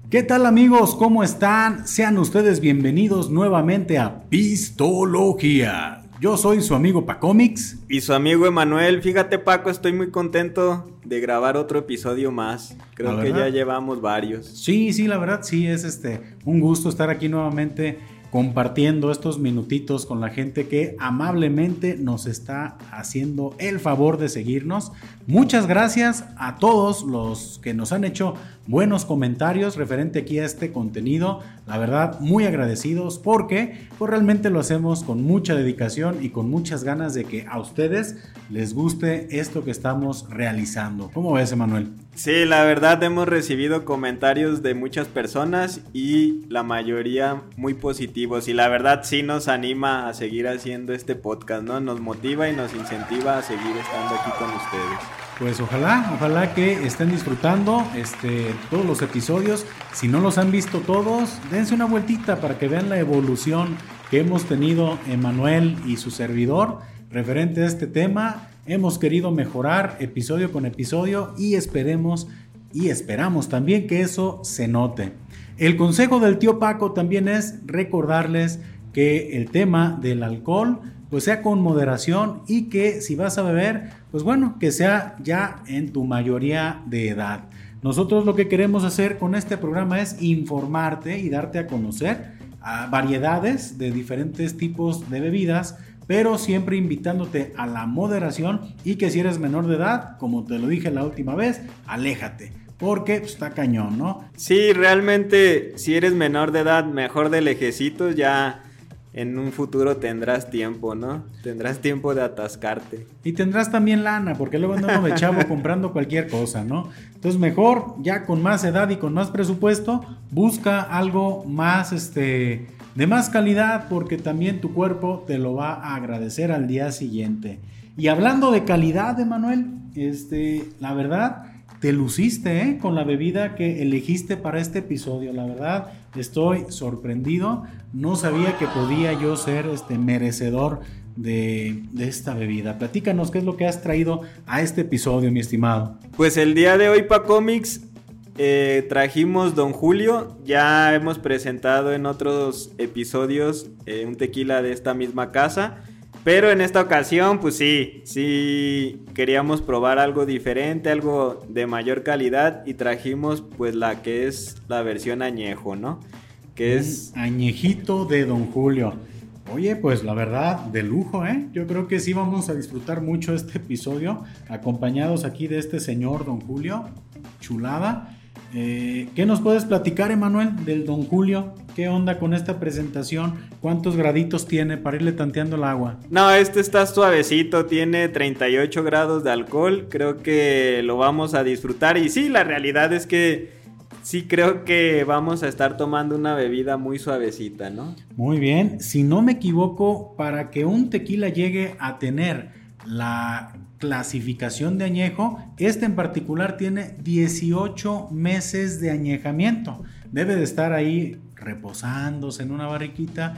¿Qué tal amigos? ¿Cómo están? Sean ustedes bienvenidos nuevamente a Pistología. Yo soy su amigo Pacómix. Y su amigo Emanuel. Fíjate, Paco, estoy muy contento de grabar otro episodio más. Creo que ya llevamos varios. Sí, la verdad sí, es un gusto estar aquí nuevamente compartiendo estos minutitos con la gente que amablemente nos está haciendo el favor de seguirnos. Muchas gracias a todos los que nos han hecho buenos comentarios referente aquí a este contenido. La verdad, muy agradecidos porque pues realmente lo hacemos con mucha dedicación y con muchas ganas de que a ustedes les guste esto que estamos realizando. ¿Cómo ves, Emanuel? Sí, la verdad hemos recibido comentarios de muchas personas y la mayoría muy positivos, y la verdad sí nos anima a seguir haciendo este podcast, ¿no? Nos motiva y nos incentiva a seguir estando aquí con ustedes. Pues ojalá que estén disfrutando todos los episodios. Si no los han visto todos, dense una vueltita para que vean la evolución que hemos tenido Emanuel y su servidor referente a este tema. Hemos querido mejorar episodio con episodio y esperamos también que eso se note. El consejo del tío Paco también es recordarles que el tema del alcohol pues sea con moderación, y que si vas a beber, pues bueno, que sea ya en tu mayoría de edad. Nosotros lo que queremos hacer con este programa es informarte y darte a conocer variedades de diferentes tipos de bebidas, pero siempre invitándote a la moderación, y que si eres menor de edad, como te lo dije la última vez, aléjate, porque pues, está cañón, ¿no? Sí, realmente si eres menor de edad, mejor de lejecitos, ya en un futuro tendrás tiempo, ¿no? Tendrás tiempo de atascarte. Y tendrás también lana, porque luego andamos de chavo comprando cualquier cosa, ¿no? Entonces mejor, ya con más edad y con más presupuesto, busca algo más, de más calidad, porque también tu cuerpo te lo va a agradecer al día siguiente. Y hablando de calidad, Emanuel, la verdad, te luciste, con la bebida que elegiste para este episodio. La verdad, estoy sorprendido. No sabía que podía yo ser merecedor de esta bebida. Platícanos qué es lo que has traído a este episodio, mi estimado. Pues el día de hoy, Pacómix, trajimos Don Julio. Ya hemos presentado en otros episodios un tequila de esta misma casa, pero en esta ocasión pues sí queríamos probar algo diferente, algo de mayor calidad, y trajimos pues la que es la versión añejo, ¿no? Que es añejito de Don Julio. Oye, pues la verdad, de lujo, Yo creo que sí vamos a disfrutar mucho este episodio, acompañados aquí de este señor Don Julio. Chulada. ¿Qué nos puedes platicar, Emanuel, del Don Julio? ¿Qué onda con esta presentación? ¿Cuántos graditos tiene para irle tanteando el agua? No, está suavecito, tiene 38 grados de alcohol. Creo que lo vamos a disfrutar. Y sí, la realidad es que sí creo que vamos a estar tomando una bebida muy suavecita, ¿no? Muy bien. Si no me equivoco, para que un tequila llegue a tener la clasificación de añejo, en particular tiene 18 meses de añejamiento. Debe de estar ahí reposándose en una barriquita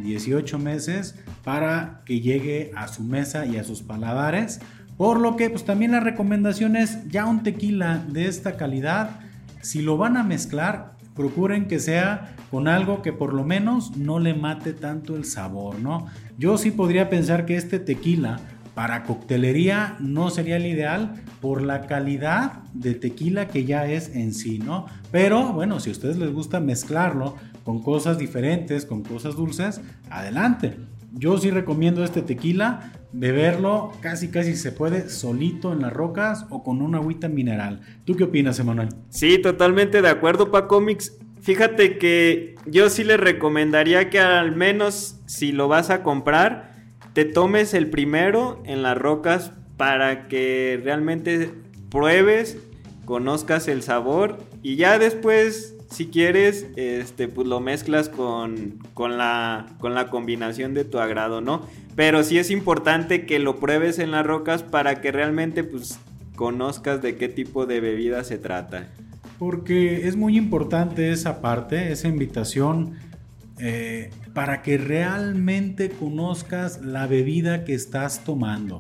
18 meses para que llegue a su mesa y a sus paladares. Por lo que pues también la recomendación es, ya un tequila de esta calidad, si lo van a mezclar, procuren que sea con algo que por lo menos no le mate tanto el sabor, ¿no? Yo sí podría pensar que este tequila para coctelería no sería el ideal por la calidad de tequila que ya es en sí, ¿no? Pero bueno, si a ustedes les gusta mezclarlo con cosas diferentes, con cosas dulces, adelante. Yo sí recomiendo este tequila beberlo casi se puede solito en las rocas o con una agüita mineral. ¿Tú qué opinas, Emanuel? Sí, totalmente de acuerdo, Pacómix. Fíjate que yo sí les recomendaría que al menos si lo vas a comprar, te tomes el primero en las rocas para que realmente pruebes, conozcas el sabor, y ya después, si quieres, pues lo mezclas con la combinación de tu agrado, ¿no? Pero sí es importante que lo pruebes en las rocas para que realmente pues conozcas de qué tipo de bebida se trata. Porque es muy importante esa parte, esa invitación, para que realmente conozcas la bebida que estás tomando.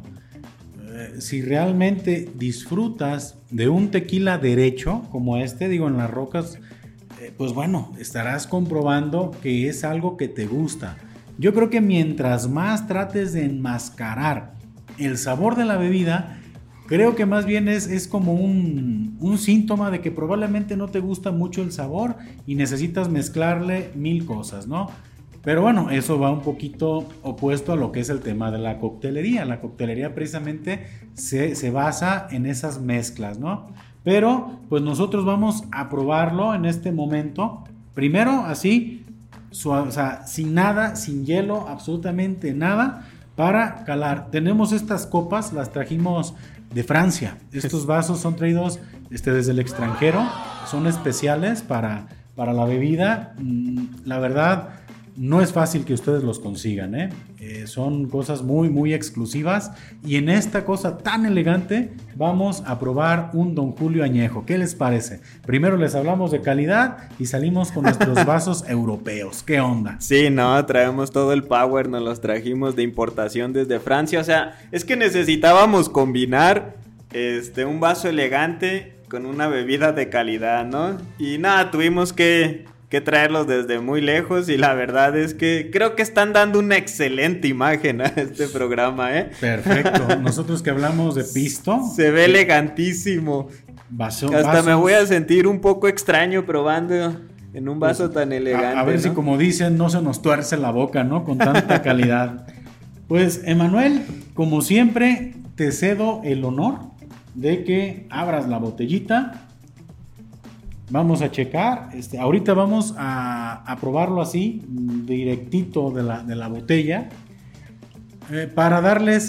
Si realmente disfrutas de un tequila derecho como digo, en las rocas pues bueno, estarás comprobando que es algo que te gusta. Yo creo que mientras más trates de enmascarar el sabor de la bebida, creo que más bien es como un síntoma de que probablemente no te gusta mucho el sabor y necesitas mezclarle 1000 cosas, ¿no? Pero bueno, eso va un poquito opuesto a lo que es el tema de la coctelería. La coctelería precisamente se basa en esas mezclas, ¿no? Pero pues nosotros vamos a probarlo en este momento. Primero así, suave, o sea, sin nada, sin hielo, absolutamente nada, para calar. Tenemos estas copas, las trajimos de Francia. Estos vasos son traídos desde el extranjero, son especiales para la bebida. La verdad, no es fácil que ustedes los consigan, ¿eh? Son cosas muy, muy exclusivas. Y en esta cosa tan elegante vamos a probar un Don Julio añejo. ¿Qué les parece? Primero les hablamos de calidad y salimos con nuestros vasos europeos. ¿Qué onda? Sí, no, traemos todo el power, nos los trajimos de importación desde Francia. O sea, es que necesitábamos combinar un vaso elegante con una bebida de calidad, ¿no? Y nada, tuvimos que traerlos desde muy lejos y la verdad es que creo que están dando una excelente imagen a este programa, ¿eh? Perfecto. Nosotros que hablamos de pisto. Se ve elegantísimo. Hasta me voy a sentir un poco extraño probando en un vaso tan elegante. A ver, ¿no? Si como dicen, no se nos tuerce la boca, ¿no? Con tanta calidad. Pues, Emanuel, como siempre, te cedo el honor de que abras la botellita. Vamos a checar, ahorita vamos a probarlo así, directito de la botella, para darles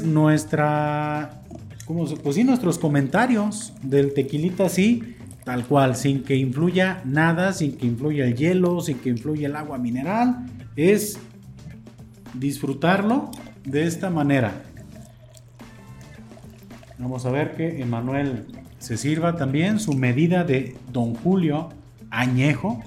nuestros comentarios del tequilita así, tal cual, sin que influya nada, sin que influya el hielo, sin que influya el agua mineral, es disfrutarlo de esta manera. Vamos a ver que Emanuel se sirva también su medida de Don Julio añejo.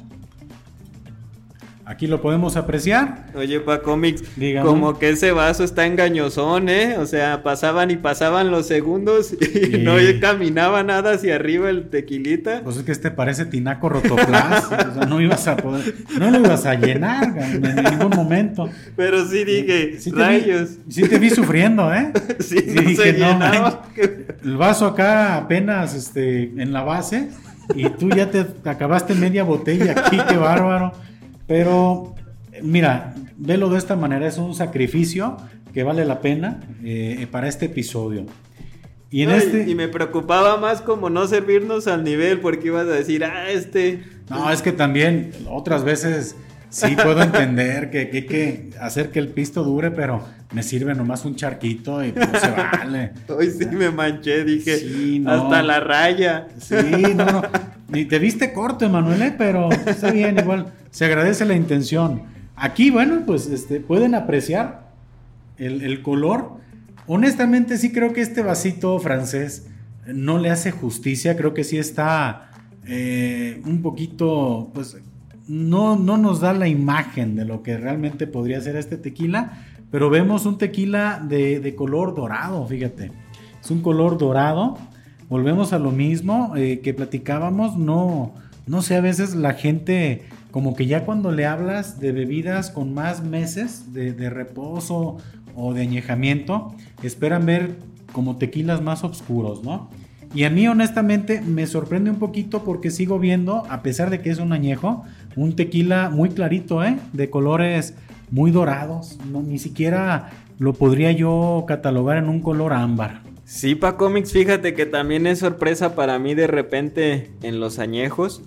Aquí lo podemos apreciar. Oye, Pacomics, como que ese vaso está engañosón, ¿eh? O sea, pasaban y pasaban los segundos y no caminaba nada hacia arriba el tequilita. Pues es que parece tinaco rotoplas. O sea, no lo ibas a llenar en ningún momento. Pero sí dije, rayos. Sí te vi sufriendo, ¿eh? Sí dije, no, el vaso acá apenas en la base y tú ya te acabaste media botella aquí, qué bárbaro. Pero mira, velo de esta manera, es un sacrificio que vale la pena para este episodio. Y me preocupaba más como no servirnos al nivel, porque ibas a decir, No, es que también otras veces sí puedo entender que hay que hacer que el pisto dure, pero me sirve nomás un charquito y pues se vale. Hoy sí me manché, dije, sí, no. Hasta la raya. Sí, no. Ni te viste corto, Emanuel, pero está bien, igual. Se agradece la intención. Aquí, bueno, pues pueden apreciar el color. Honestamente, sí creo que este vasito francés no le hace justicia. Creo que sí está un poquito, pues, no nos da la imagen de lo que realmente podría ser este tequila. Pero vemos un tequila de color dorado, fíjate. Es un color dorado. Volvemos a lo mismo que platicábamos. No sé, a veces la gente, como que ya cuando le hablas de bebidas con más meses de reposo o de añejamiento, esperan ver como tequilas más oscuros, ¿no? Y a mí honestamente me sorprende un poquito porque sigo viendo, a pesar de que es un añejo, un tequila muy clarito, de colores muy dorados. No, ni siquiera lo podría yo catalogar en un color ámbar. Sí, Pacomics, fíjate que también es sorpresa para mí de repente en los añejos.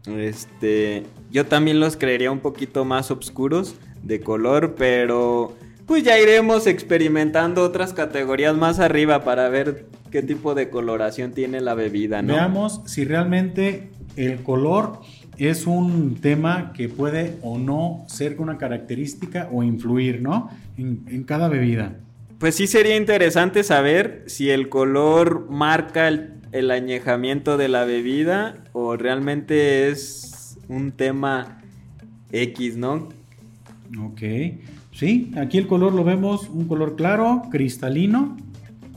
Yo también los creería un poquito más oscuros de color, pero pues ya iremos experimentando otras categorías más arriba para ver qué tipo de coloración tiene la bebida, ¿no? Veamos si realmente el color es un tema que puede o no ser una característica o influir, ¿no? En cada bebida. Pues sí sería interesante saber si el color marca el añejamiento de la bebida o realmente es un tema X, ¿no? Ok, sí, aquí el color lo vemos, un color claro, cristalino.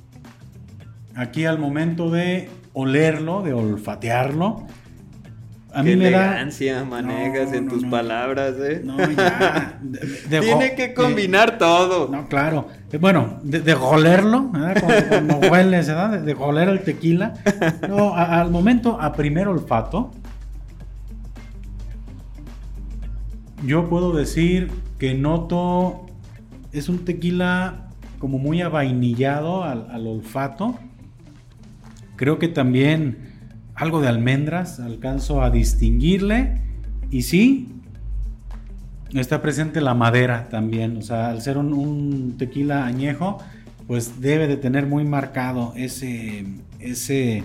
Aquí al momento de olerlo, de olfatearlo, A Qué mí me da... elegancia manejas en tus palabras, ¿eh? No, ya. Tiene que combinar todo. No, claro. Bueno, de olerlo, ¿verdad? Cuando hueles, ¿verdad? De oler el tequila. No, al momento, a primer olfato, yo puedo decir que noto, es un tequila como muy avainillado al olfato. Creo que también algo de almendras alcanzo a distinguirle. Y sí, está presente la madera también. O sea, al ser un tequila añejo, pues debe de tener muy marcado esas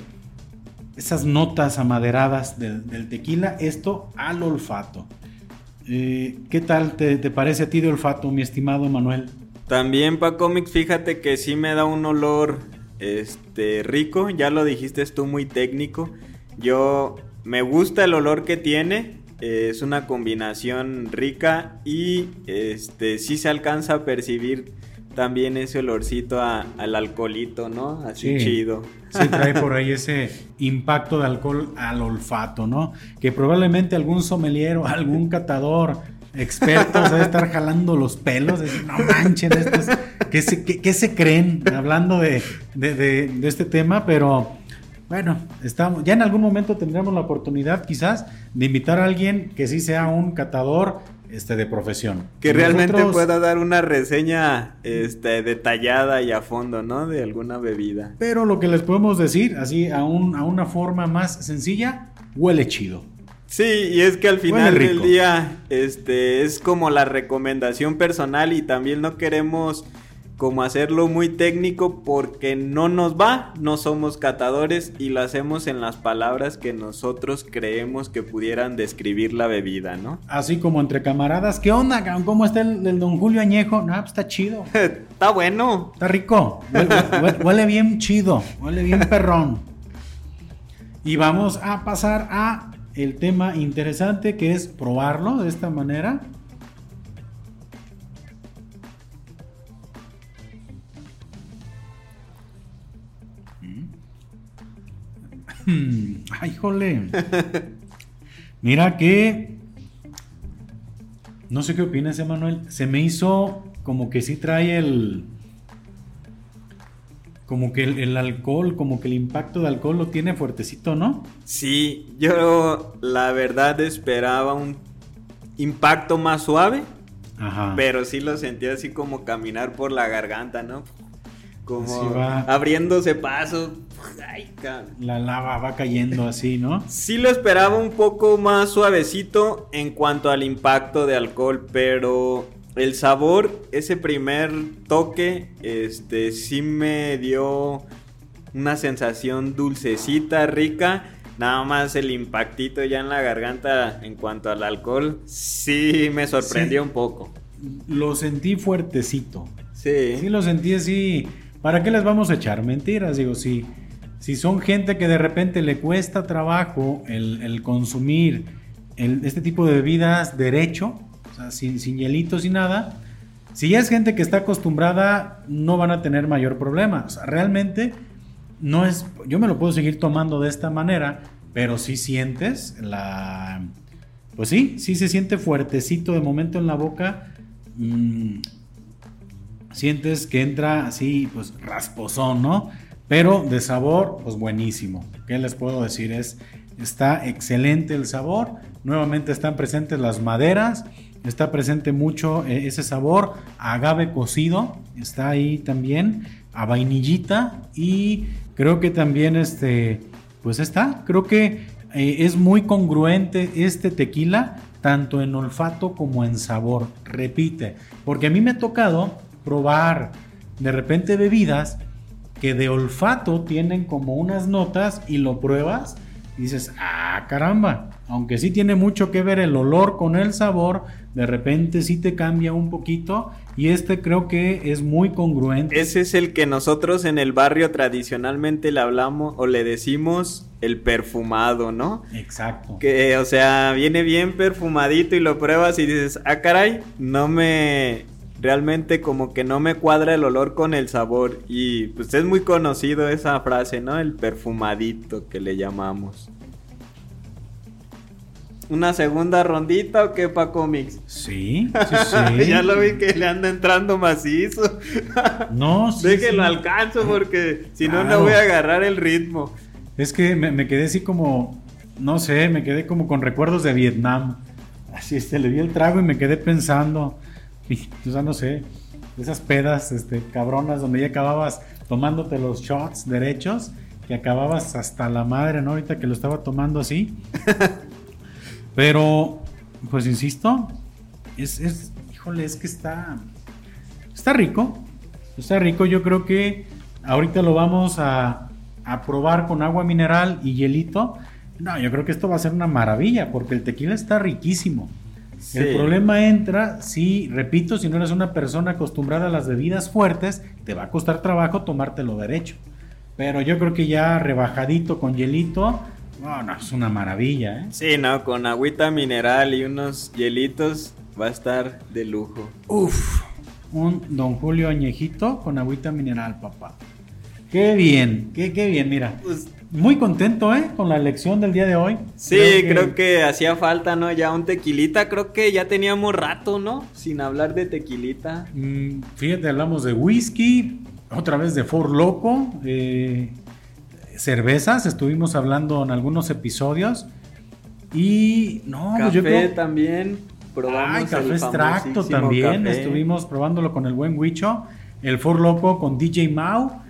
notas amaderadas del tequila. Esto al olfato. ¿Qué tal te parece a ti de olfato, mi estimado Manuel? También Pacomics, fíjate que sí me da un olor rico, ya lo dijiste tú, muy técnico. Yo me gusta el olor que tiene, es una combinación rica y sí se alcanza a percibir también ese olorcito al alcoholito, ¿no? Así sí, chido. Sí, trae por ahí ese impacto de alcohol al olfato, ¿no? Que probablemente algún sommelier o algún catador experto debe estar jalando los pelos, decir, no manchen, estos, ¿qué se creen hablando de este tema? Pero bueno, ya en algún momento tendremos la oportunidad quizás de invitar a alguien que sí sea un catador de profesión. Que realmente pueda dar una reseña detallada y a fondo, ¿no? De alguna bebida. Pero lo que les podemos decir, así a una forma más sencilla, huele chido. Sí, y es que al final del día es como la recomendación personal y también no queremos como hacerlo muy técnico porque no nos va, no somos catadores y lo hacemos en las palabras que nosotros creemos que pudieran describir la bebida, ¿no? Así como entre camaradas, ¿qué onda? ¿Cómo está el Don Julio Añejo? No, pues está chido. Está bueno. Está rico, huele bien chido, huele bien perrón. Y vamos a pasar a el tema interesante que es probarlo de esta manera. Ay, jole. Mira que no sé qué opinas, Emanuel. Se me hizo como que sí trae como que el alcohol, como que el impacto de alcohol lo tiene fuertecito, ¿no? Sí, yo la verdad esperaba un impacto más suave. Ajá. Pero sí lo sentí así como caminar por la garganta, ¿no? Como abriéndose paso. Ay, la lava va cayendo así, ¿no? Sí lo esperaba un poco más suavecito en cuanto al impacto de alcohol, pero el sabor, ese primer toque, sí me dio una sensación dulcecita, rica. Nada más el impactito ya en la garganta en cuanto al alcohol, sí me sorprendió un poco. Lo sentí fuertecito. Sí. Sí lo sentí así. ¿Para qué les vamos a echar mentiras? Digo, si son gente que de repente le cuesta trabajo el consumir este tipo de bebidas derecho, o sea, sin hielitos y nada, si ya es gente que está acostumbrada, no van a tener mayor problema. O sea, realmente no es, yo me lo puedo seguir tomando de esta manera, pero sí sientes pues sí se siente fuertecito de momento en la boca. Sientes que entra así, pues rasposón, ¿no? Pero de sabor, pues buenísimo. ¿Qué les puedo decir? Está excelente el sabor. Nuevamente están presentes las maderas. Está presente mucho ese sabor a agave cocido. Está ahí también a vainillita. Y creo que también pues está. Creo que es muy congruente este tequila, tanto en olfato como en sabor. Repite, porque a mí me ha tocado probar de repente bebidas que de olfato tienen como unas notas y lo pruebas y dices, ah, caramba, aunque sí tiene mucho que ver el olor con el sabor, de repente sí te cambia un poquito y creo que es muy congruente. Ese es el que nosotros en el barrio tradicionalmente le hablamos o le decimos el perfumado, ¿no? Exacto. Que, o sea, viene bien perfumadito y lo pruebas y dices, ah, caray, realmente como que no me cuadra el olor con el sabor. Y pues es muy conocido esa frase, ¿no? El perfumadito que le llamamos. una segunda rondita o qué, Paco Mix? Sí, sí. Ya lo vi que le anda entrando macizo. No, sí. Déjenlo sí. Alcanzo porque si no, Claro. no voy a agarrar el ritmo. Es que me quedé así como, no sé, me quedé como con recuerdos de Vietnam. Así, le vi el trago y me quedé pensando, y, o sea, no sé, esas pedas, cabronas, donde ya acababas tomándote los shots derechos, que acababas hasta la madre, ¿no? Ahorita que lo estaba tomando así. Pero, pues insisto, híjole, es que está rico. Está rico, yo creo que ahorita lo vamos a probar con agua mineral y hielito. No, yo creo que esto va a ser una maravilla, porque el tequila está riquísimo. Sí. El problema entra si, repito, si no eres una persona acostumbrada a las bebidas fuertes, te va a costar trabajo tomártelo derecho. Pero yo creo que ya rebajadito con hielito, no, es una maravilla, ¿eh? Sí, no, con agüita mineral y unos hielitos va a estar de lujo. Uf, un Don Julio añejito con agüita mineral, papá. Qué bien, qué bien, mira. Pues, muy contento, con la elección del día de hoy. sí, creo que hacía falta, ¿no? Ya un tequilita, creo que ya teníamos rato, ¿no? Sin hablar de tequilita. Fíjate, hablamos de whisky, otra vez de Four Loko, cervezas, estuvimos hablando en algunos episodios. Y no, Café pues yo creo... también, probamos. Ay, café el extracto famosísimo también, café. estuvimos probándolo con el buen Huicho, el Four Loko con DJ Mau.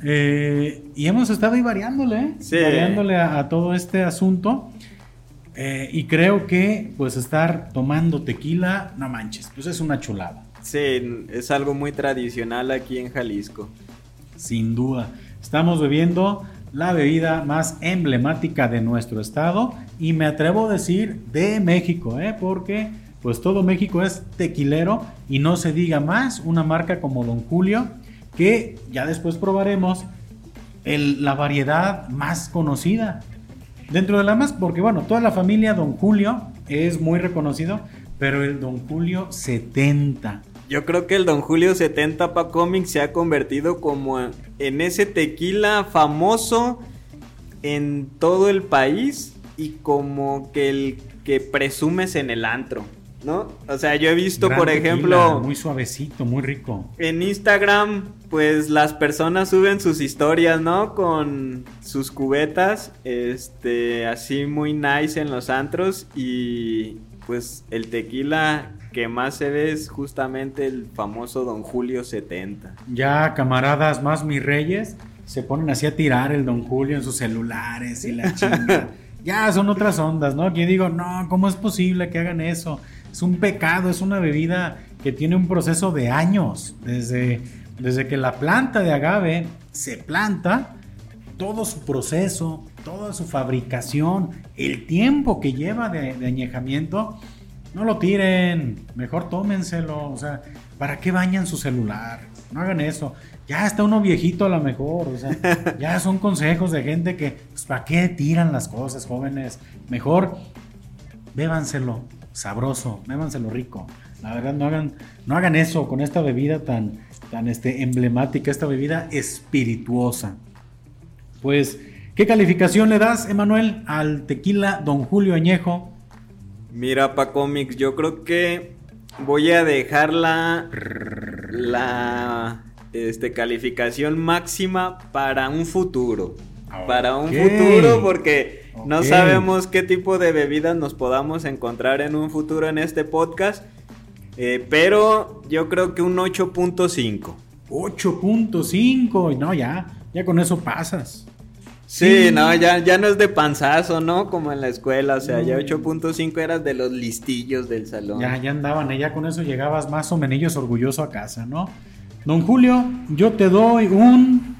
Y hemos estado ahí variándole, Sí. variándole a todo este asunto. Y creo que pues estar tomando tequila, no manches, pues es una chulada. Sí, es algo muy tradicional aquí en Jalisco. Sin duda. Estamos bebiendo la bebida más emblemática de nuestro estado y me atrevo a decir de México, porque pues todo México es tequilero y no se diga más una marca como Don Julio, que ya después probaremos la variedad más conocida. Dentro de la más, porque bueno, toda la familia Don Julio es muy reconocido, pero el Don Julio 70. Yo creo que el Don Julio 70 Paco Mix se ha convertido como en ese tequila famoso en todo el país y como que el que presumes en el antro, ¿no? O sea, yo he visto, Gran por tequila, ejemplo, muy suavecito, muy rico. en Instagram, pues las personas suben sus historias, ¿no? Con sus cubetas, así muy nice en los antros y pues el tequila que más se ve es justamente el famoso Don Julio 70. Ya camaradas más mis reyes se ponen así a tirar el Don Julio en sus celulares y la chinga. Ya son otras ondas, ¿no? Que yo digo, no, ¿cómo es posible que hagan eso? Es un pecado, es una bebida que tiene un proceso de años. Desde que la planta de agave se planta, todo su proceso, toda su fabricación, el tiempo que lleva de añejamiento, no lo tiren, mejor tómenselo. O sea, ¿para qué bañan su celular? No hagan eso. Ya está uno viejito a lo mejor, o sea, ya son consejos de gente que, pues, ¿para qué tiran las cosas, jóvenes? Mejor bébanselo sabroso, bébanselo rico. La verdad, no hagan eso con esta bebida tan emblemática, esta bebida espirituosa. Pues, ¿qué calificación le das, Emanuel, al tequila Don Julio Añejo? Mira, Paco Mix, yo creo que voy a dejar la calificación máxima para un futuro. Para un futuro, porque no sabemos qué tipo de bebidas nos podamos encontrar en un futuro en este podcast. Pero yo creo que un 8.5. 8.5, no, ya con eso pasas. Sí, no, ya no es de panzazo, ¿no? Como en la escuela, o sea, ya 8.5 eras de los listillos del salón. Ya andaban, ya con eso llegabas más o menos orgulloso a casa, ¿no? Don Julio, yo te doy un...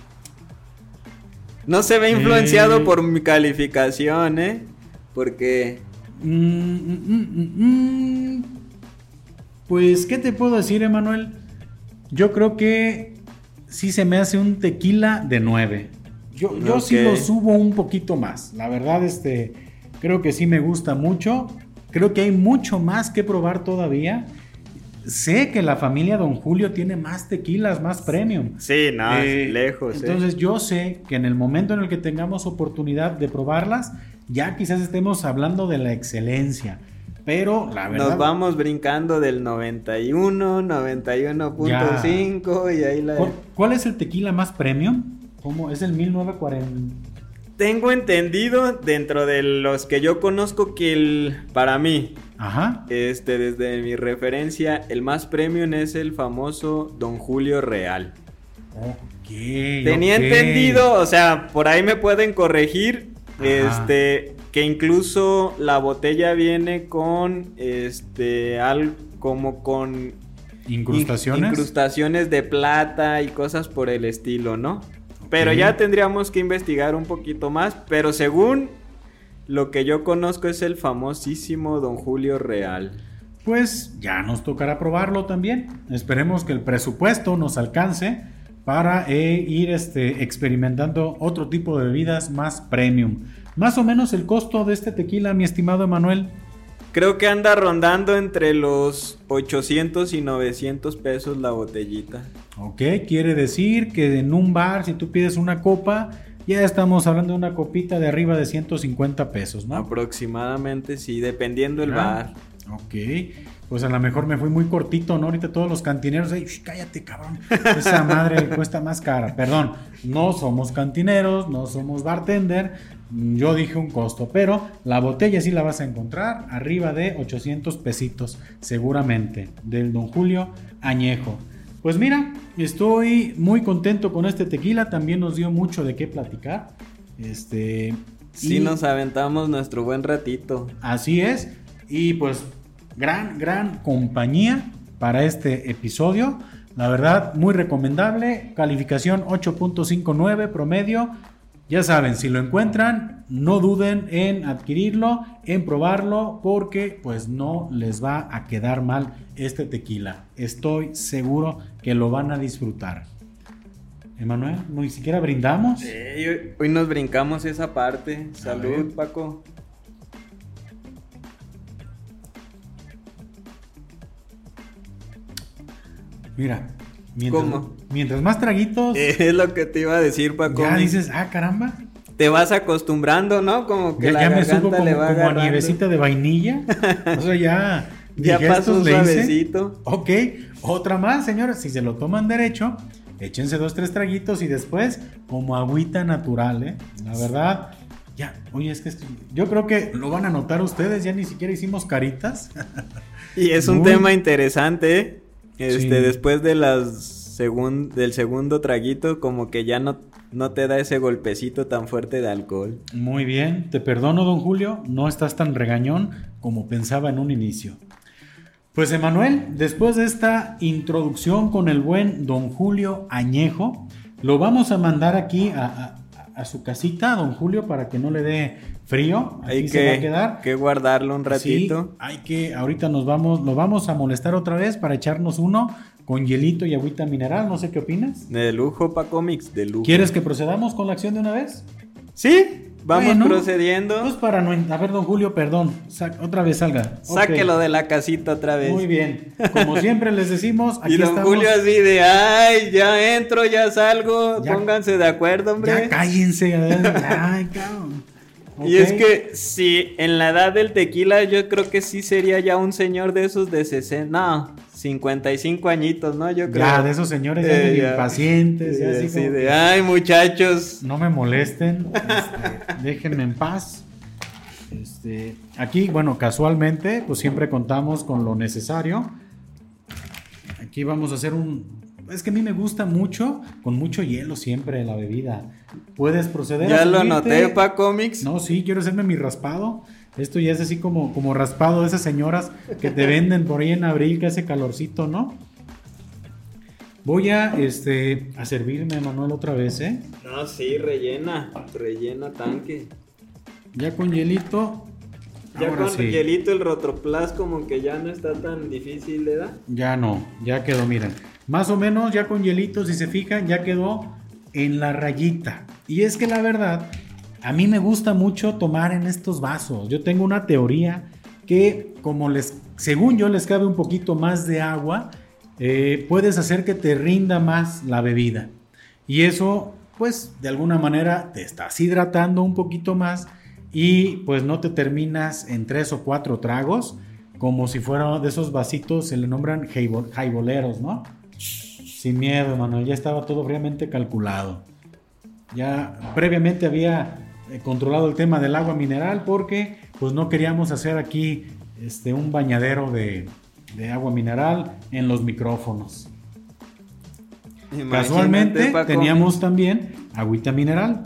No se ve influenciado por mi calificación, porque... Pues, ¿qué te puedo decir, Emanuel? Yo creo que sí se me hace un tequila de 9. Yo sí lo subo un poquito más. La verdad, creo que sí me gusta mucho. Creo que hay mucho más que probar todavía. Sé que la familia Don Julio tiene más tequilas, más premium. Sí, no, lejos. Entonces yo sé que en el momento en el que tengamos oportunidad de probarlas, ya quizás estemos hablando de la excelencia. Pero la verdad... Nos vamos brincando del 91, 91.5 y ahí la... ¿Cuál es el tequila más premium? ¿Cómo? ¿Es el 1940? Tengo entendido, dentro de los que yo conozco, que para mí, ajá, desde mi referencia, el más premium es el famoso Don Julio Real. Ok. Tenía entendido, o sea, por ahí me pueden corregir, que incluso la botella viene con, como con incrustaciones de plata y cosas por el estilo, ¿no? Pero ya tendríamos que investigar un poquito más, pero según lo que yo conozco es el famosísimo Don Julio Real. Pues ya nos tocará probarlo también. Esperemos que el presupuesto nos alcance para ir experimentando otro tipo de bebidas más premium. Más o menos el costo de este tequila, mi estimado Emanuel. Creo que anda rondando entre los 800 y 900 pesos la botellita. Ok, quiere decir que en un bar, si tú pides una copa, ya estamos hablando de una copita de arriba de 150 pesos, ¿no? Aproximadamente, sí, dependiendo el bar. Ok, pues a lo mejor me fui muy cortito, ¿no? Ahorita todos los cantineros, cállate, cabrón, esa madre cuesta más cara. Perdón, no somos cantineros, no somos bartender, yo dije un costo, pero la botella sí la vas a encontrar arriba de 800 pesitos, seguramente, del Don Julio Añejo. Pues mira, estoy muy contento con este tequila, también nos dio mucho de qué platicar. Sí, nos aventamos nuestro buen ratito. Así es, y pues gran compañía para este episodio. La verdad, muy recomendable. Calificación 8.59 promedio. Ya saben, si lo encuentran, no duden en adquirirlo, en probarlo, porque pues no les va a quedar mal este tequila. Estoy seguro que lo van a disfrutar. Emanuel, ni siquiera brindamos. Hoy nos brincamos esa parte. Salud, Paco. Mira, mientras más traguitos... Es lo que te iba a decir, Paco. Ya dices, caramba. Te vas acostumbrando, ¿no? Como que ya me subo como a nievecita de vainilla. O sea, ya pasó suavecito. Ok, otra más, señores. Si se lo toman derecho, échense 2-3 traguitos y después como agüita natural, ¿eh? La verdad, ya. Oye, es que yo creo que lo van a notar ustedes. Ya ni siquiera hicimos caritas. Y es un tema interesante, ¿eh? Sí. Después de del segundo traguito, como que ya no te da ese golpecito tan fuerte de alcohol. Muy bien, te perdono, don Julio, no estás tan regañón como pensaba en un inicio. Pues Emanuel, después de esta introducción con el buen don Julio Añejo, lo vamos a mandar aquí a su casita, don Julio, para que no le dé frío. Aquí se va a quedar. Hay que guardarlo un ratito. Sí, ahorita lo vamos a molestar otra vez para echarnos uno con hielito y agüita mineral. No sé qué opinas. De lujo, Paco Mix, de lujo. ¿Quieres que procedamos con la acción de una vez? Sí, vamos procediendo. Pues para no... A ver, don Julio, perdón. Otra vez salga. Sáquelo de la casita otra vez. Muy bien. Como siempre les decimos, aquí y don estamos. Julio así de, ay, ya entro, ya salgo. Pónganse de acuerdo, hombre. Ya cállense. Ay, cabrón. Okay. Y es que si en la edad del tequila yo creo que sí sería ya un señor de esos de 60, no, 55 añitos, ¿no? Yo creo. Ya, de esos señores ya impacientes. Ya así como de, ay, muchachos. No me molesten, déjenme en paz. Aquí, bueno, casualmente, pues siempre contamos con lo necesario. Aquí vamos a hacer Es que a mí me gusta mucho, con mucho hielo siempre la bebida. Puedes proceder ya lo noté, Paco Mix. No, sí, quiero hacerme mi raspado. Esto ya es así como raspado de esas señoras que te venden por ahí en abril, que hace calorcito, ¿no? Voy a servirme, Manuel, otra vez, ¿eh? No, sí, rellena tanque. Ya con hielito. Ya con hielito el Rotoplas como que ya no está tan difícil, ¿verdad? Ya no, ya quedó, miren. Más o menos ya con hielito, si se fijan, ya quedó en la rayita. Y es que la verdad, a mí me gusta mucho tomar en estos vasos. Yo tengo una teoría que según yo les cabe un poquito más de agua, puedes hacer que te rinda más la bebida. Y eso, pues, de alguna manera te estás hidratando un poquito más y pues no te terminas en 3 o 4 tragos, como si fuera de esos vasitos, se le nombran highboleros, ¿no? Sin miedo, Manuel, ya estaba todo fríamente calculado. Ya previamente había controlado el tema del agua mineral porque pues no queríamos hacer aquí un bañadero de agua mineral en los micrófonos. Imagínate, casualmente Paco, teníamos también agüita mineral.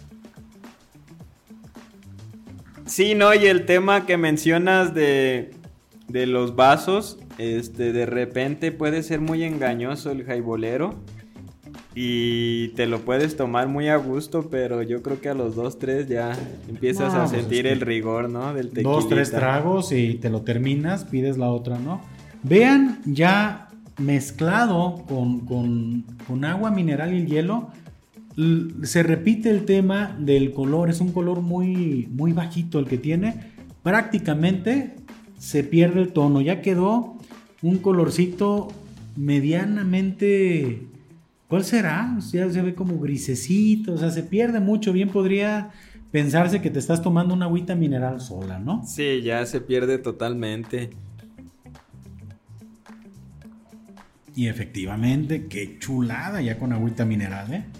Sí, no, y el tema que mencionas de los vasos, de repente puede ser muy engañoso el highbolero y te lo puedes tomar muy a gusto, pero yo creo que a los 2-3 ya empiezas a sentir el rigor, ¿no? Del tequilita. 2-3 tragos y te lo terminas, pides la otra, ¿no? Vean ya mezclado con agua mineral y hielo, se repite el tema del color, es un color muy, muy bajito el que tiene, prácticamente se pierde el tono, ya quedó un colorcito medianamente, ¿cuál será? Ya se ve como grisecito, o sea, se pierde mucho, bien podría pensarse que te estás tomando una agüita mineral sola, ¿no? Sí, ya se pierde totalmente. Y efectivamente, qué chulada ya con agüita mineral, ¿eh?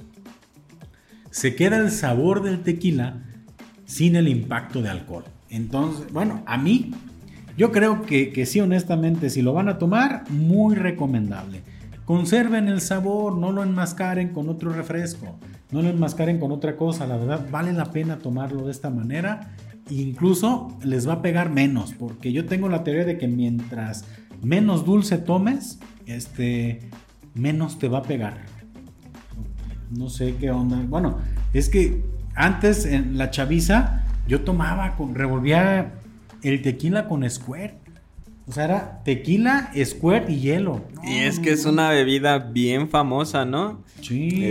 Se queda el sabor del tequila sin el impacto de alcohol. Entonces, bueno, a mí, yo creo que sí, honestamente, si lo van a tomar, muy recomendable. Conserven el sabor, no lo enmascaren con otro refresco, no lo enmascaren con otra cosa. La verdad, vale la pena tomarlo de esta manera. Incluso les va a pegar menos, porque yo tengo la teoría de que mientras menos dulce tomes, menos te va a pegar. No sé qué onda. Bueno, es que antes en la chaviza yo revolvía el tequila con Squirt. O sea, era tequila, Squirt y hielo. Y es que es una bebida bien famosa, ¿no? Sí.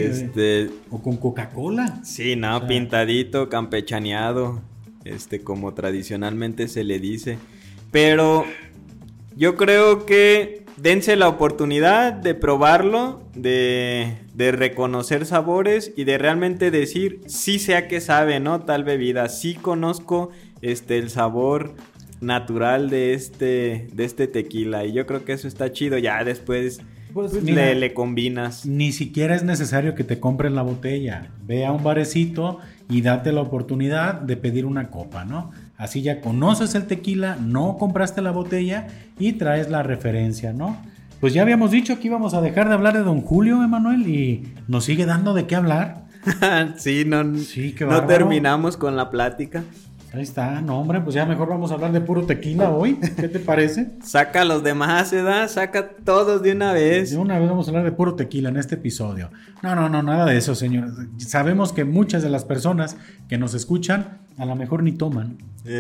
O con Coca-Cola. Sí, no, o sea, pintadito, campechaneado, como tradicionalmente se le dice. Pero yo creo que dense la oportunidad de probarlo, de reconocer sabores y de realmente decir, sí sé a qué sabe, ¿no? Tal bebida, sí conozco el sabor natural de este tequila, y yo creo que eso está chido. Ya después pues mira, le combinas. Ni siquiera es necesario que te compres la botella. Ve a un barecito y date la oportunidad de pedir una copa, ¿no? Así ya conoces el tequila, no compraste la botella y traes la referencia, ¿no? Pues ya habíamos dicho que íbamos a dejar de hablar de Don Julio, Emanuel, y nos sigue dando de qué hablar. Sí, no terminamos con la plática. Ahí está, no hombre, pues ya mejor vamos a hablar de puro tequila hoy. ¿Qué te parece? Saca los demás, ¿verdad? Saca todos de una vez. De una vez vamos a hablar de puro tequila en este episodio. No, nada de eso, señores. Sabemos que muchas de las personas que nos escuchan a lo mejor ni toman.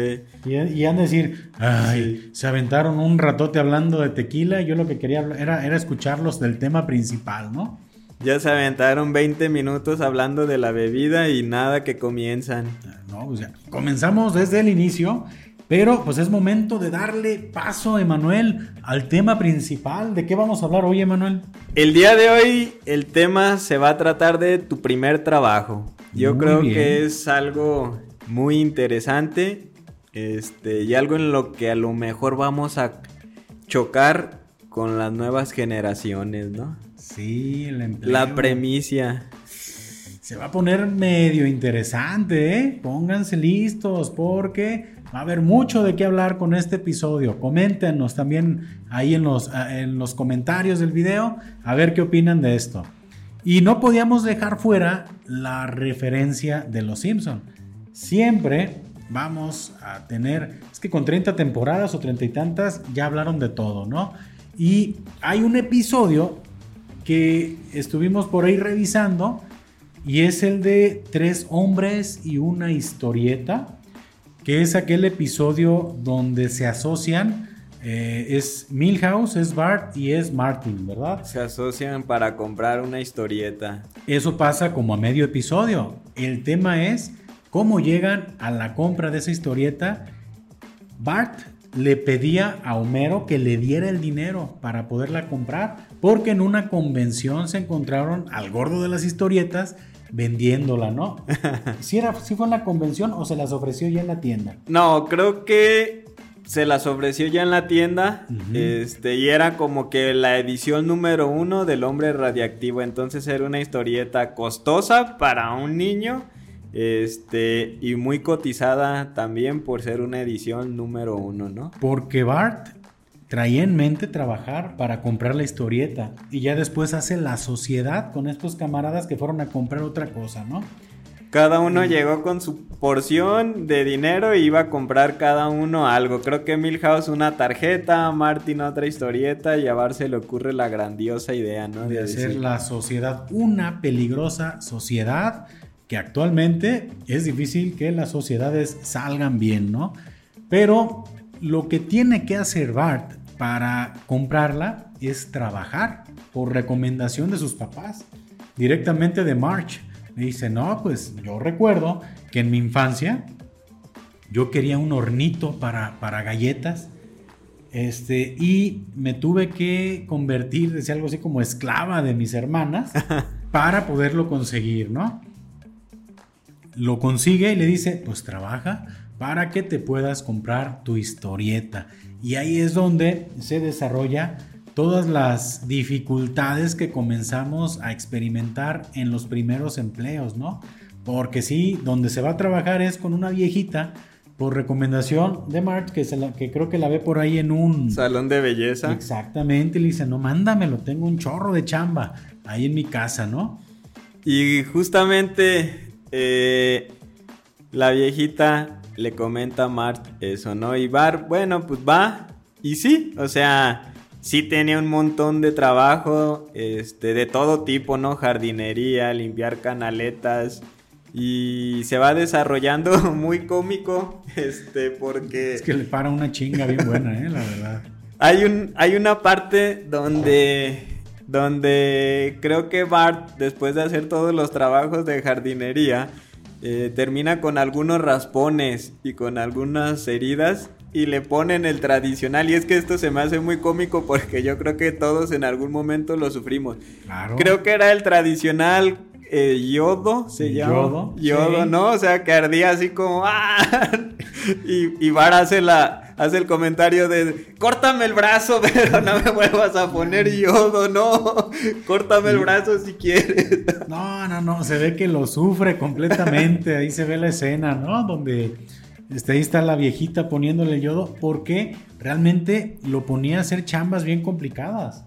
Y han de decir, ay, sí, se aventaron un ratote hablando de tequila y yo lo que quería era escucharlos del tema principal, ¿no? Ya se aventaron 20 minutos hablando de la bebida y nada que comienzan. No, pues ya comenzamos desde el inicio, pero pues es momento de darle paso, Emanuel, al tema principal. ¿De qué vamos a hablar hoy, Emanuel? El día de hoy el tema se va a tratar de tu primer trabajo. Yo creo que es algo muy interesante, y algo en lo que a lo mejor vamos a chocar con las nuevas generaciones, ¿no? Sí, el empleo. La premisa. Se va a poner medio interesante, ¿eh? Pónganse listos porque va a haber mucho de qué hablar con este episodio. Coméntenos también ahí en los comentarios del video a ver qué opinan de esto. Y no podíamos dejar fuera la referencia de Los Simpson. Siempre vamos a tener... Es que con 30 temporadas o 30 y tantas ya hablaron de todo, ¿no? Y hay un episodio que estuvimos por ahí revisando y es el de 3 hombres y una historieta, que es aquel episodio donde se asocian, es Milhouse, es Bart y es Martin, ¿verdad? Se asocian para comprar una historieta. Eso pasa como a medio episodio. El tema es cómo llegan a la compra de esa historieta. Bart le pedía a Homero que le diera el dinero para poderla comprar, porque en una convención se encontraron al gordo de las historietas vendiéndola, ¿no? ¿Sí fue en la convención o se las ofreció ya en la tienda? No, creo que se las ofreció ya en la tienda. Y era como que la edición número 1 del Hombre Radiactivo. Entonces era una historieta costosa para un niño. Y muy cotizada también por ser una edición número 1, ¿no? Porque Bart traía en mente trabajar para comprar la historieta y ya después hace la sociedad con estos camaradas que fueron a comprar otra cosa, ¿no? Cada uno llegó con su porción de dinero y iba a comprar cada uno algo. Creo que Milhouse una tarjeta, Martin otra historieta y a Bart se le ocurre la grandiosa idea, ¿no? De hacer la sociedad una peligrosa sociedad que actualmente es difícil que las sociedades salgan bien, ¿no? Pero lo que tiene que hacer Bart para comprarla es trabajar por recomendación de sus papás, directamente de Marge. Me dice, no, pues yo recuerdo que en mi infancia yo quería un hornito para galletas, y me tuve que convertir, decía algo así como esclava de mis hermanas para poderlo conseguir, ¿no? Lo consigue y le dice, pues trabaja para que te puedas comprar tu historieta. Y ahí es donde se desarrolla todas las dificultades que comenzamos a experimentar en los primeros empleos, ¿no? Porque sí, donde se va a trabajar es con una viejita por recomendación de Marge, que creo que la ve por ahí en un salón de belleza. Exactamente, le dice, no, mándamelo, tengo un chorro de chamba ahí en mi casa, ¿no? Y justamente la viejita le comenta a Marge eso, ¿no? Y Bart, bueno, pues va. Y sí, o sea, sí tenía un montón de trabajo, de todo tipo, ¿no? Jardinería, limpiar canaletas. Y se va desarrollando muy cómico, porque... Es que le para una chinga bien buena, la verdad. Hay una parte donde creo que Bart, después de hacer todos los trabajos de jardinería, termina con algunos raspones y con algunas heridas y le ponen el tradicional. Y es que esto se me hace muy cómico porque yo creo que todos en algún momento lo sufrimos. Claro. Creo que era el tradicional yodo, se llama. Yodo, sí. ¿No? O sea, que ardía así como ¡ah! Y Bart hace el comentario de córtame el brazo, pero no me vuelvas a poner yodo, no, córtame el brazo si quieres. No, se ve que lo sufre completamente. Ahí se ve la escena, ¿no? Donde ahí está la viejita poniéndole yodo, porque realmente lo ponía a hacer chambas bien complicadas.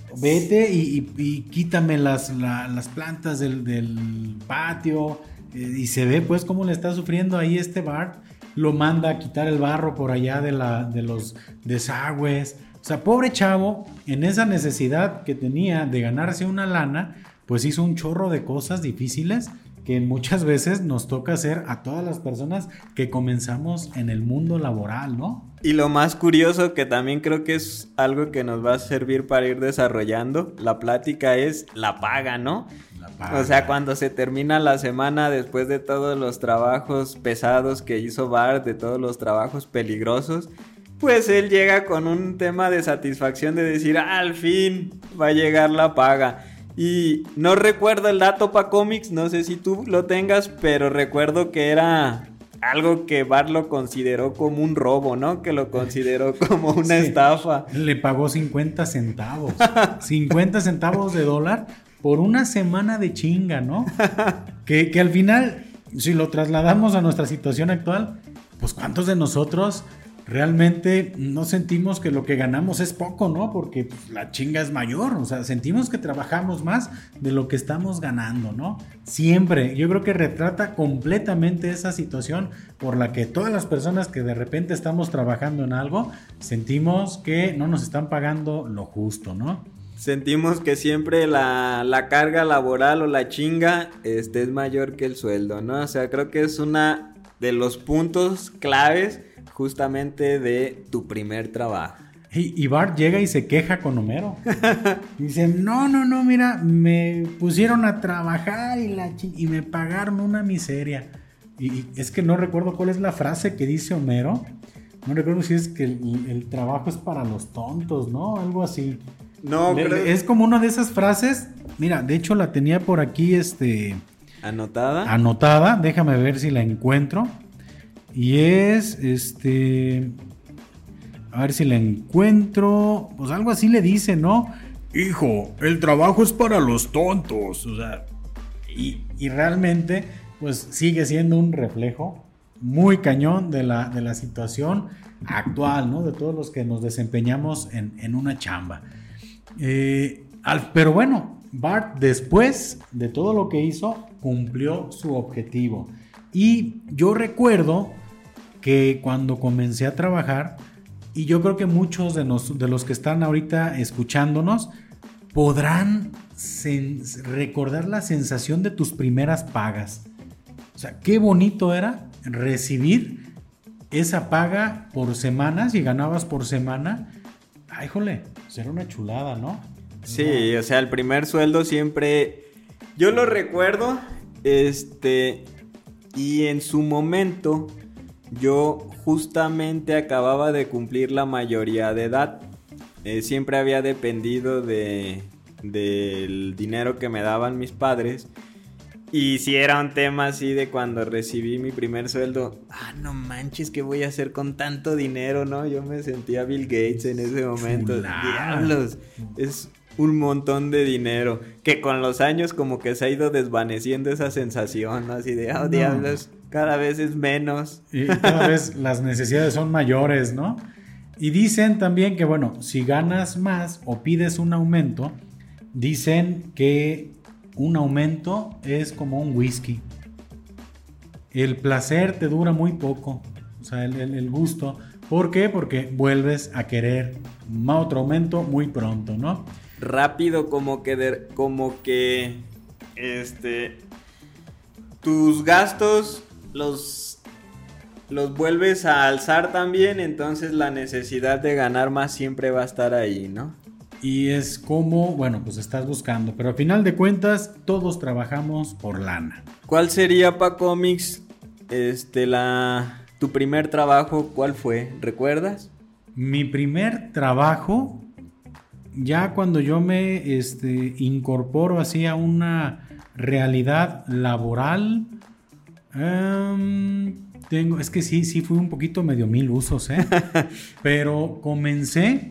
Vete y quítame las plantas del patio, y se ve pues cómo le está sufriendo ahí Bart. Lo manda a quitar el barro por allá de los desagües. O sea, pobre chavo, en esa necesidad que tenía de ganarse una lana, pues hizo un chorro de cosas difíciles que muchas veces nos toca hacer a todas las personas que comenzamos en el mundo laboral, ¿no? Y lo más curioso, que también creo que es algo que nos va a servir para ir desarrollando la plática, es la paga, ¿no? La paga. O sea, cuando se termina la semana después de todos los trabajos pesados que hizo Bart, de todos los trabajos peligrosos, pues él llega con un tema de satisfacción de decir, al fin va a llegar la paga. Y no recuerdo el dato para cómics, no sé si tú lo tengas, pero recuerdo que era algo que Bart lo consideró como un robo, ¿no? Que lo consideró como una estafa. Le pagó 50 centavos. 50 centavos de dólar por una semana de chinga, ¿no? Que al final, si lo trasladamos a nuestra situación actual, pues ¿cuántos de nosotros realmente no sentimos que lo que ganamos es poco, ¿no? Porque pues, la chinga es mayor, o sea, sentimos que trabajamos más de lo que estamos ganando, ¿no? Siempre, yo creo que retrata completamente esa situación por la que todas las personas que de repente estamos trabajando en algo, sentimos que no nos están pagando lo justo, ¿no? Sentimos que siempre la carga laboral o la chinga es mayor que el sueldo, ¿no? O sea, creo que es una de los puntos claves justamente de tu primer trabajo. Y Bart llega y se queja con Homero. Dice, no, mira, me pusieron a trabajar y me pagaron una miseria. Y es que no recuerdo cuál es la frase que dice Homero. No recuerdo si es que el trabajo es para los tontos, ¿no? Algo así. No, creo... Es como una de esas frases. Mira, de hecho la tenía por aquí, ¿Anotada? Déjame ver si la encuentro. Y es, a ver si la encuentro. Pues algo así le dice, ¿no? Hijo, el trabajo es para los tontos. O sea, y realmente, pues sigue siendo un reflejo muy cañón de la situación actual, ¿no? De todos los que nos desempeñamos en una chamba. Pero bueno, Bart, después de todo lo que hizo, cumplió su objetivo. Y yo recuerdo que cuando comencé a trabajar, y yo creo que muchos de los que están ahorita escuchándonos podrán recordar la sensación de tus primeras pagas. O sea, qué bonito era recibir esa paga por semana, si ganabas por semana. Ay, jole, pues era una chulada, ¿no? Sí, o sea, el primer sueldo siempre, yo lo recuerdo, y en su momento yo justamente acababa de cumplir la mayoría de edad. Siempre había dependido del dinero que me daban mis padres. Y si era un tema así de cuando recibí mi primer sueldo, no manches, ¿qué voy a hacer con tanto dinero, no? Yo me sentía Bill Gates en ese momento. Chulada. Diablos, es un montón de dinero. Que con los años como que se ha ido desvaneciendo esa sensación, ¿no? Así de, No. Diablos, cada vez es menos. Y cada vez las necesidades son mayores, ¿no? Y dicen también que, bueno, si ganas más o pides un aumento, dicen que un aumento es como un whisky. El placer te dura muy poco, o sea, el gusto. ¿Por qué? Porque vuelves a querer otro aumento muy pronto, ¿no? Rápido, como que tus gastos los vuelves a alzar también, entonces la necesidad de ganar más siempre va a estar ahí, ¿no? Y es como, bueno, pues estás buscando, pero al final de cuentas todos trabajamos por lana. ¿Cuál sería, Pacomics, tu primer trabajo? ¿Cuál fue? ¿Recuerdas? Mi primer trabajo, ya cuando yo me incorporo así a una realidad laboral, es que sí fui un poquito medio mil usos, pero comencé.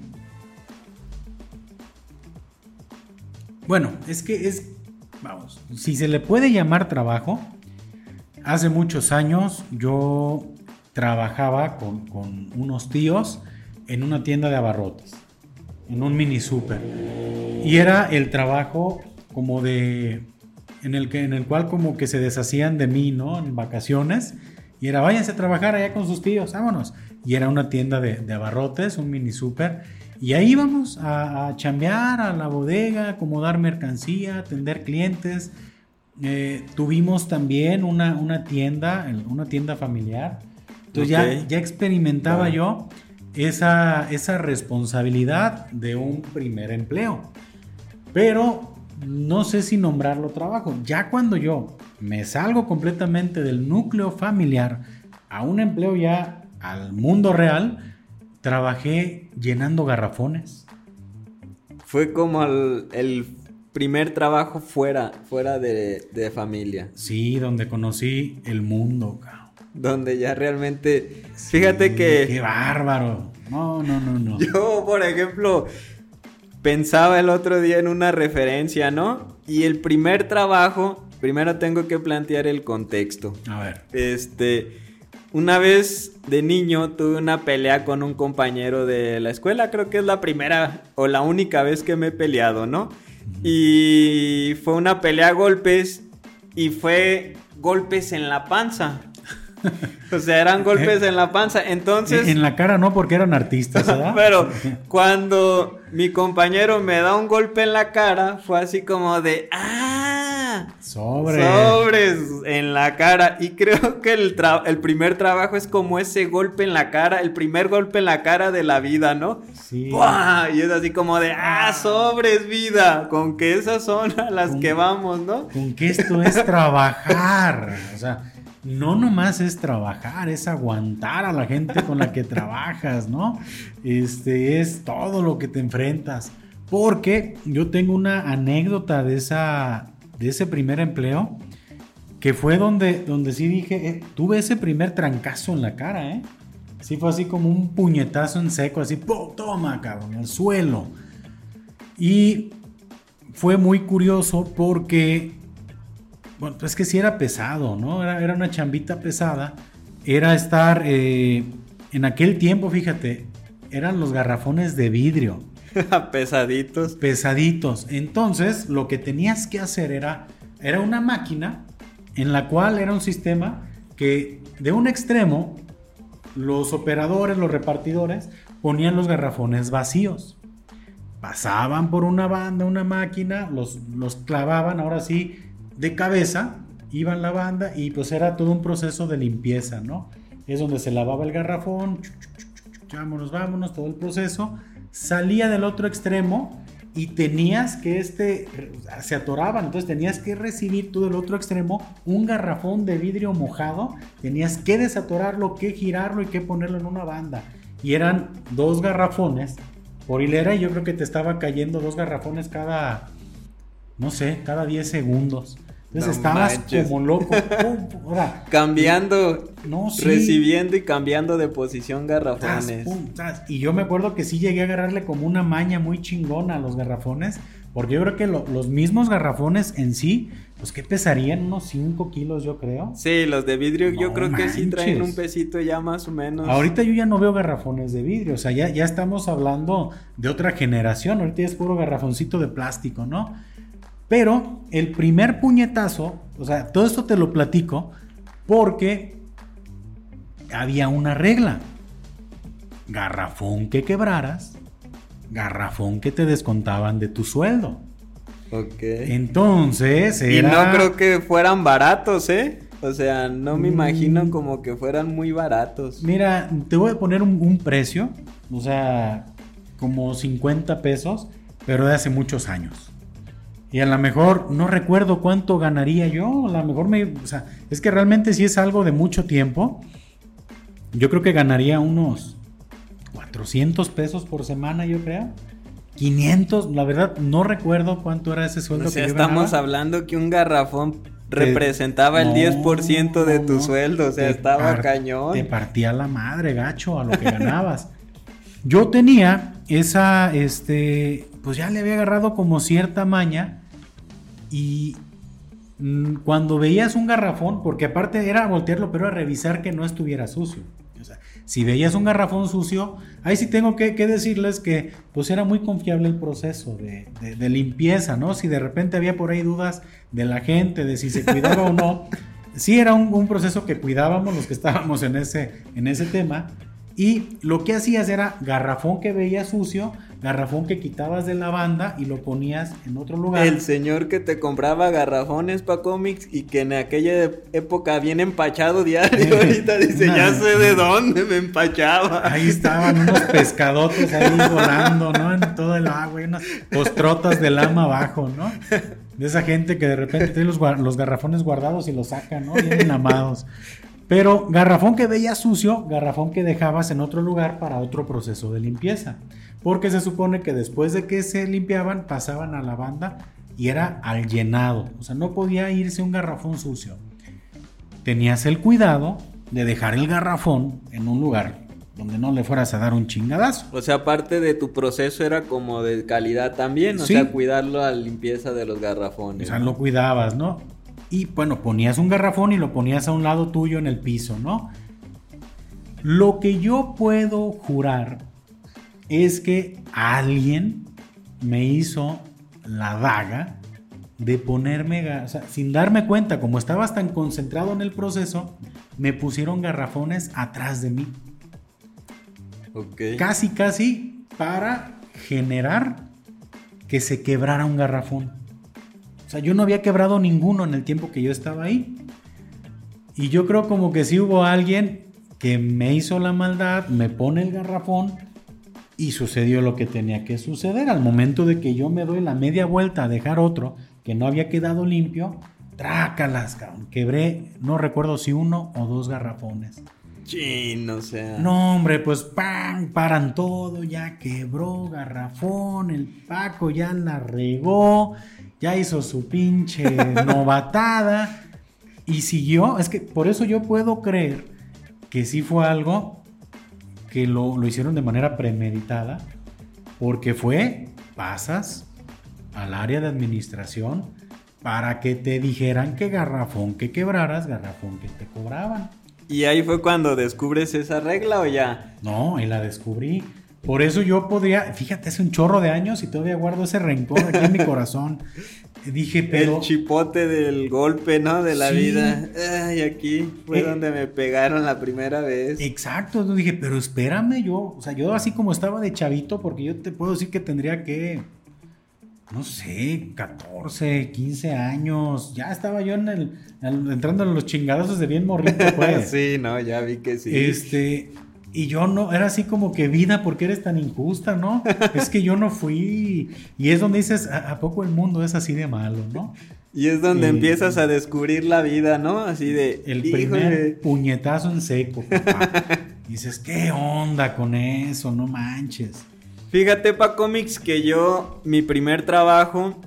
Bueno, vamos, si se le puede llamar trabajo, hace muchos años yo trabajaba con unos tíos en una tienda de abarrotes, en un mini súper. Y era el trabajo como en el cual como que se deshacían de mí, ¿no? En vacaciones. Y era, váyanse a trabajar allá con sus tíos, vámonos. Y era una tienda de abarrotes, un mini súper. Y ahí íbamos a chambear a la bodega, acomodar mercancía, atender clientes. Tuvimos también una tienda familiar. Entonces Okay. ya experimentaba yo esa responsabilidad de un primer empleo. Pero no sé si nombrarlo trabajo. Ya cuando yo me salgo completamente del núcleo familiar a un empleo ya al mundo real, trabajé llenando garrafones. Fue como el primer trabajo fuera de familia. Sí, donde conocí el mundo, cabrón. Donde ya realmente... Sí, Fíjate que... ¡Qué bárbaro! No. Yo, por ejemplo, pensaba el otro día en una referencia, ¿no? Y el primer trabajo... Primero tengo que plantear el contexto. A ver. Una vez de niño tuve una pelea con un compañero de la escuela. Creo que es la primera o la única vez que me he peleado, ¿no? Y fue una pelea a golpes. Y fue golpes en la panza. O sea, eran golpes en la panza. Entonces... En la cara no, porque eran artistas, ¿verdad? Pero cuando mi compañero me da un golpe en la cara, fue así como de... Sobres en la cara. Y creo que el primer trabajo es como ese golpe en la cara, el primer golpe en la cara de la vida, ¿no? Sí. ¡Buah! Y es así como de, sobres vida, con que esas son a las que vamos, ¿no? Con que esto es trabajar. O sea, no nomás es trabajar, es aguantar a la gente con la que trabajas, ¿no? Es todo lo que te enfrentas. Porque yo tengo una anécdota de ese primer empleo que fue donde sí dije, tuve ese primer trancazo en la cara, ¿eh? Sí fue así como un puñetazo en seco, así, ¡pum! Toma, cabrón, al suelo. Y fue muy curioso porque, bueno, pues que sí era pesado, ¿no? Era una chambita pesada. Era estar, en aquel tiempo, fíjate, eran los garrafones de vidrio. Pesaditos. Pesaditos. Entonces, lo que tenías que hacer era una máquina en la cual era un sistema que de un extremo los operadores, los repartidores ponían los garrafones vacíos. Pasaban por una banda, una máquina, los clavaban, ahora sí, de cabeza, iban la banda y pues era todo un proceso de limpieza, ¿no? Es donde se lavaba el garrafón, vámonos, todo el proceso. Salía del otro extremo y tenías que se atoraban, entonces tenías que recibir tú del otro extremo un garrafón de vidrio mojado, tenías que desatorarlo, que girarlo y que ponerlo en una banda. Y eran 2 garrafones por hilera y yo creo que te estaba cayendo 2 garrafones cada 10 segundos. Entonces estabas como loco. Ahora, cambiando, sí, recibiendo y cambiando de posición garrafones. Y yo me acuerdo que sí llegué a agarrarle como una maña muy chingona a los garrafones, porque yo creo que los mismos garrafones en sí, pues que pesarían unos 5 kilos, yo creo. Sí, los de vidrio yo creo que sí traen un pesito ya más o menos. Ahorita yo ya no veo garrafones de vidrio, o sea, ya estamos hablando de otra generación, ahorita ya es puro garrafoncito de plástico, ¿no? Pero el primer puñetazo, o sea, todo esto te lo platico porque había una regla. Garrafón que quebraras, garrafón que te descontaban de tu sueldo. Ok. Entonces Y no creo que fueran baratos, ¿eh? O sea, no me imagino como que fueran muy baratos. Mira, te voy a poner un precio, o sea, como 50 pesos, pero de hace muchos años. Y a lo mejor no recuerdo cuánto ganaría yo, a lo mejor o sea, es que realmente si es algo de mucho tiempo, yo creo que ganaría unos 400 pesos por semana, yo creo. 500, la verdad no recuerdo cuánto era ese sueldo, o sea, que yo ganaba. Estamos hablando que un garrafón representaba el 10% de tu sueldo, o sea, estaba cañón. Te partía la madre, gacho, a lo que ganabas. Yo tenía esa, pues ya le había agarrado como cierta maña y cuando veías un garrafón, porque aparte era voltearlo, pero era revisar que no estuviera sucio. O sea, si veías un garrafón sucio, ahí sí tengo que decirles que pues era muy confiable el proceso de limpieza, ¿no? Si de repente había por ahí dudas de la gente, de si se cuidaba o no, sí era un proceso que cuidábamos los que estábamos en ese tema. Y lo que hacías era garrafón que veías sucio, garrafón que quitabas de la banda y lo ponías en otro lugar. El señor que te compraba garrafones pa' cómics y que en aquella época bien empachado diario, ahorita dice, ya sé de dónde me empachaba. Ahí estaban unos pescadotes ahí volando, ¿no? En todo el agua, y unas postrotas de lama abajo, ¿no? De esa gente que de repente tiene los garrafones guardados y los saca, ¿no? Bien amados. Pero garrafón que veías sucio, garrafón que dejabas en otro lugar para otro proceso de limpieza. Porque se supone que después de que se limpiaban, pasaban a la banda y era al llenado. O sea, no podía irse un garrafón sucio. Tenías el cuidado de dejar el garrafón en un lugar donde no le fueras a dar un chingadazo. O sea, parte de tu proceso era como de calidad también, o sí, sea, cuidarlo a la limpieza de los garrafones. O sea, ¿no? Lo cuidabas, ¿no? Y bueno, ponías un garrafón y lo ponías a un lado tuyo en el piso, ¿no? Lo que yo puedo jurar es que alguien me hizo la daga de ponerme, o sea, sin darme cuenta, como estabas tan concentrado en el proceso, me pusieron garrafones atrás de mí. Okay. Casi para generar que se quebrara un garrafón. O sea, yo no había quebrado ninguno en el tiempo que yo estaba ahí. Y yo creo como que sí hubo alguien que me hizo la maldad, me pone el garrafón y sucedió lo que tenía que suceder. Al momento de que yo me doy la media vuelta a dejar otro que no había quedado limpio, trácalas, cabrón. Quebré, no recuerdo si 1 o 2 garrafones. Chin, o sea. No, hombre, pues ¡pam! Paran todo, ya quebró garrafón, el Paco ya la regó, ya hizo su pinche novatada. Y siguió, es que por eso yo puedo creer que sí fue algo que lo hicieron de manera premeditada, porque pasas al área de administración para que te dijeran que garrafón que quebraras, garrafón que te cobraban. ¿Y ahí fue cuando descubres esa regla o ya? No, y la descubrí. Por eso yo podría, fíjate, hace un chorro de años y todavía guardo ese rencor aquí en mi corazón. Dije, pero... El chipote del golpe, ¿no? De la sí. vida. Ay, aquí fue donde me pegaron la primera vez. Exacto, yo dije, pero espérame, yo así como estaba de chavito, porque yo te puedo decir que tendría que, no sé, 14, 15 años. Ya estaba yo entrando en los chingadazos de bien morrito, pues. Sí, no, ya vi que sí. Y yo no, era así como que vida, ¿por qué eres tan injusta, no? Es que yo no fui. Y es donde dices, ¿a poco el mundo es así de malo, no? Y es donde empiezas a descubrir la vida, ¿no? Así de... El primer puñetazo en seco, papá. Y dices, ¿qué onda con eso? No manches. Fíjate, Pacomics, que mi primer trabajo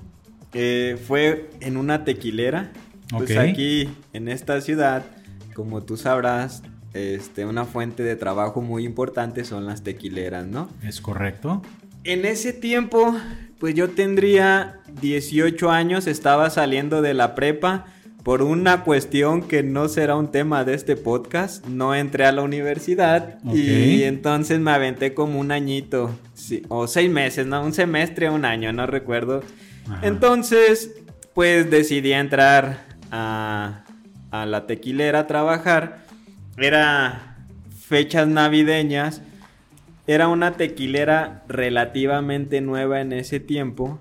fue en una tequilera. Pues aquí, en esta ciudad, como tú sabrás... una fuente de trabajo muy importante son las tequileras, ¿no? Es correcto. En ese tiempo, pues yo tendría 18 años, estaba saliendo de la prepa. Por una cuestión que no será un tema de este podcast, no entré a la universidad. Y entonces me aventé como un añito, sí, o 6 meses, ¿no? Un semestre o un año, no recuerdo. Ajá. Entonces, pues decidí entrar a la tequilera a trabajar. Era fechas navideñas, era una tequilera relativamente nueva en ese tiempo,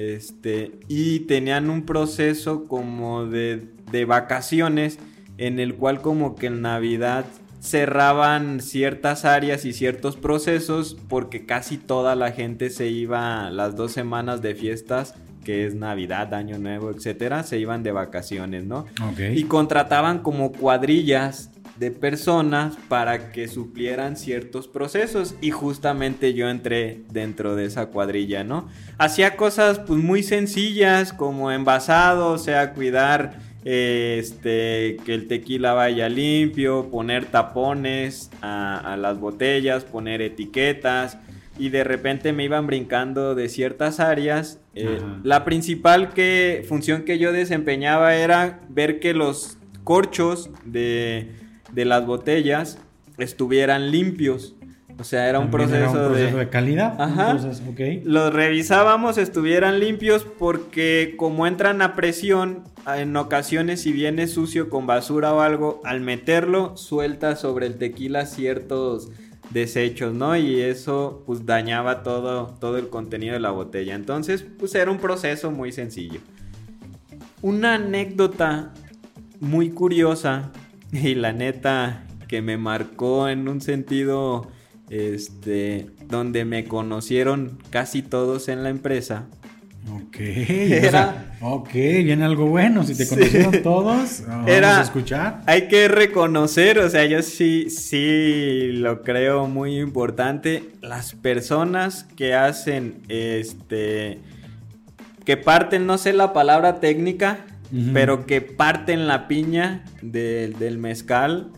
y tenían un proceso como de vacaciones en el cual como que en Navidad cerraban ciertas áreas y ciertos procesos porque casi toda la gente se iba las 2 semanas de fiestas, que es Navidad, Año Nuevo, etcétera, se iban de vacaciones, ¿no? Y contrataban como cuadrillas de personas para que suplieran ciertos procesos, y justamente yo entré dentro de esa cuadrilla, ¿no? Hacía cosas pues muy sencillas como envasado, o sea, cuidar que el tequila vaya limpio, poner tapones a las botellas, poner etiquetas, y de repente me iban brincando de ciertas áreas. La principal función que yo desempeñaba era ver que los corchos de las botellas estuvieran limpios. O sea, era un proceso de calidad. Ajá. Entonces, los revisábamos, estuvieran limpios, porque como entran a presión, en ocasiones si viene sucio con basura o algo, al meterlo suelta sobre el tequila ciertos desechos, ¿no? Y eso pues dañaba todo el contenido de la botella. Entonces pues era un proceso muy sencillo. Una anécdota muy curiosa, y la neta que me marcó en un sentido donde me conocieron casi todos en la empresa. Viene algo bueno. Si te conocieron todos, vamos a escuchar. Hay que reconocer, o sea, yo sí lo creo muy importante. Las personas que hacen que parten, no sé la palabra técnica, pero que parten la piña del mezcal,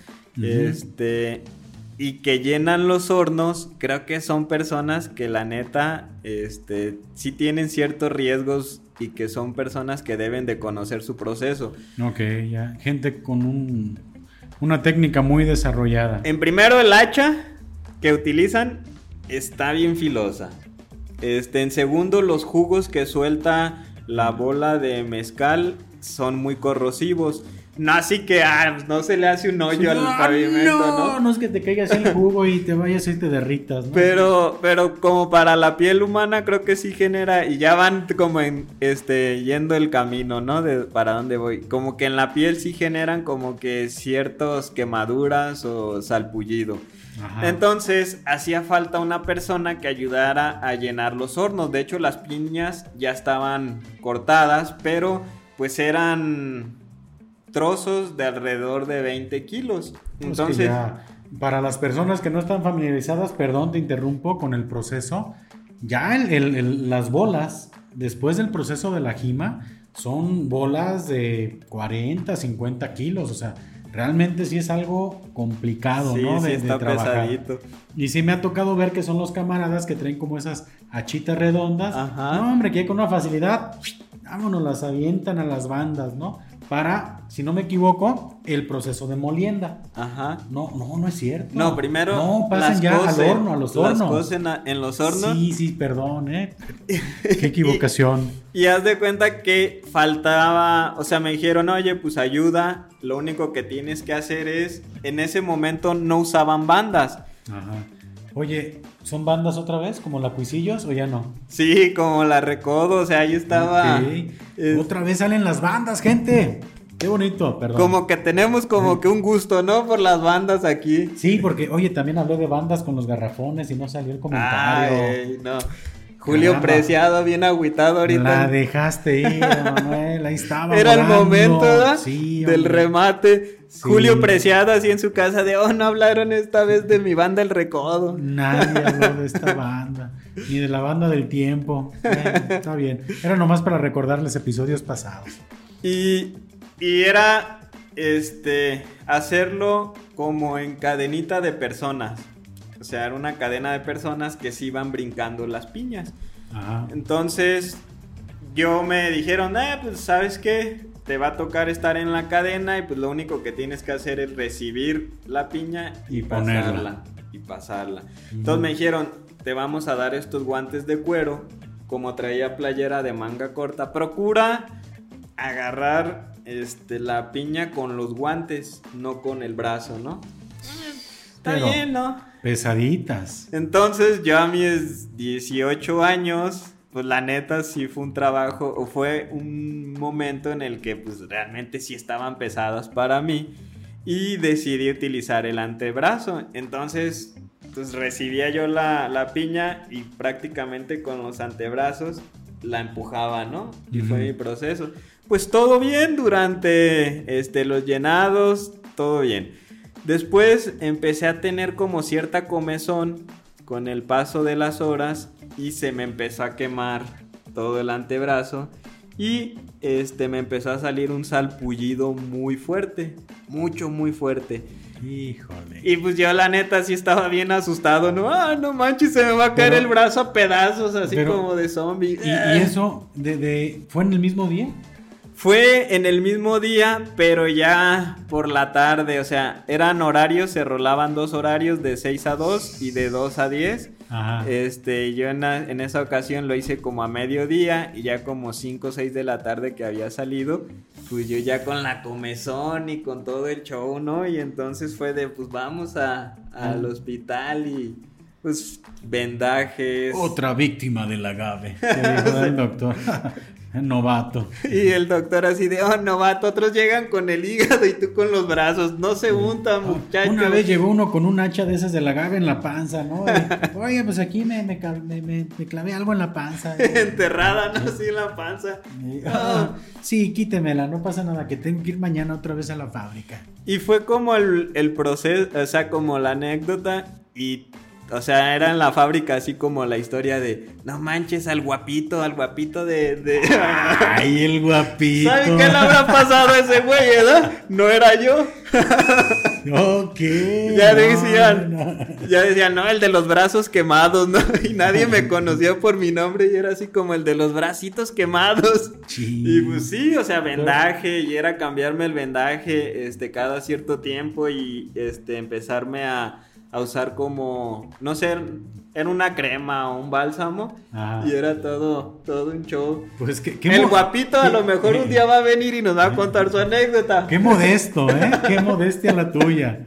y que llenan los hornos, creo que son personas que la neta sí tienen ciertos riesgos, y que son personas que deben de conocer su proceso. Ya, gente con una técnica muy desarrollada. En primero, el hacha que utilizan está bien filosa. En segundo, los jugos que suelta la bola de mezcal son muy corrosivos. No, así que no se le hace un hoyo al pavimento, no es que te caigas el jugo y te vayas y te derritas, ¿no? Pero como para la piel humana creo que sí genera, y ya van como yendo el camino, ¿no? Para dónde voy. Como que en la piel sí generan como que ciertos quemaduras o salpullido. Ajá. Entonces hacía falta una persona que ayudara a llenar los hornos. De hecho, las piñas ya estaban cortadas, pero pues eran trozos de alrededor de 20 kilos. Entonces, ya, para las personas que no están familiarizadas, perdón, te interrumpo con el proceso. Ya las bolas, después del proceso de la jima, son bolas de 40, 50 kilos, o sea, realmente sí es algo complicado, sí, ¿no? Sí, de está trabajar. pesadito. Y sí me ha tocado ver que son los camaradas que traen como esas hachitas redondas. Ajá. No, hombre, que con una facilidad, vámonos, las avientan a las bandas, ¿no? Para, si no me equivoco, el proceso de molienda. Ajá. No es cierto. No, primero no, pasan ya al horno, a los hornos. Las cocen en los hornos. Sí, perdón, qué equivocación. Y haz de cuenta que faltaba, o sea, me dijeron, oye, pues ayuda, lo único que tienes que hacer es, en ese momento no usaban bandas. Ajá. Oye, ¿son bandas otra vez, como la Cuisillos o ya no? Sí, como la Recodo, o sea, ahí estaba. Okay. Otra vez salen las bandas, gente. Qué bonito, perdón. Como que tenemos como que un gusto, ¿no? Por las bandas aquí. Sí, porque, oye, también hablé de bandas con los garrafones y no salió el comentario. Ay, no. Julio Caramba. Preciado, bien agüitado ahorita. La dejaste ir, Manuel, ahí estaba. Era volando. El momento, ¿verdad? Sí, del remate. Sí. Julio Preciado así en su casa de, no hablaron esta vez de mi banda El Recodo. Nadie habló de esta banda, ni de la banda del tiempo. Está bien. Era nomás para recordarles episodios pasados. Y era hacerlo como en cadenita de personas. O sea, era una cadena de personas que se iban brincando las piñas. Ajá. Entonces, yo me dijeron, pues, ¿sabes qué? Te va a tocar estar en la cadena y pues lo único que tienes que hacer es recibir la piña y pasarla. Y pasarla. Entonces me dijeron, te vamos a dar estos guantes de cuero. Como traía playera de manga corta, procura agarrar la piña con los guantes, no con el brazo, ¿no? Está pero bien, ¿no? Pesaditas. Entonces yo a mis 18 años, pues la neta sí fue un trabajo, o fue un momento en el que pues realmente sí estaban pesadas para mí y decidí utilizar el antebrazo. Entonces pues recibía yo la piña y prácticamente con los antebrazos la empujaba, ¿no? Y fue mi proceso. Pues todo bien durante los llenados, todo bien. Después empecé a tener como cierta comezón con el paso de las horas y se me empezó a quemar todo el antebrazo y me empezó a salir un salpullido muy fuerte, muy fuerte. Híjole. Y pues yo la neta sí estaba bien asustado, ¿no? No manches, se me va a caer el brazo a pedazos, así como de zombie. ¿Y eso fue en el mismo día? Fue en el mismo día, pero ya por la tarde, o sea, eran horarios, se rolaban 2 horarios de 6 a 2 y de 2 a 10. Ajá. Yo en esa ocasión lo hice como a mediodía y ya como 5 o 6 de la tarde que había salido, pues yo ya con la comezón y con todo el show, ¿no? Y entonces fue de, pues vamos al hospital y pues vendajes. Otra víctima del agave, que dijo el doctor. Novato. Y el doctor así de, novato, otros llegan con el hígado y tú con los brazos, no se untan, muchachos. Una vez llegó uno con un hacha de esas del agave en la panza, ¿no? Oye, pues aquí me clavé algo en la panza. Enterrada, ¿no? Sí, en la panza. Sí, quítemela, no pasa nada, que tengo que ir mañana otra vez a la fábrica. Y fue como el proceso, o sea, como la anécdota y... O sea, era en la fábrica así como la historia de, no manches, al guapito de... Ay, el guapito. ¿Saben qué le habrá pasado a ese güey, verdad? No era yo. Ok. Ya decían, no, el de los brazos quemados, ¿no? Y nadie me conocía por mi nombre y era así como el de los bracitos quemados. Sí. Y pues sí, o sea, vendaje, y era cambiarme el vendaje, cada cierto tiempo y, empezarme a usar como, no sé, era una crema o un bálsamo. Ajá. Y era todo un show. Pues el guapito a lo mejor un día va a venir y nos va a contar su anécdota. Qué modesto, qué modestia la tuya.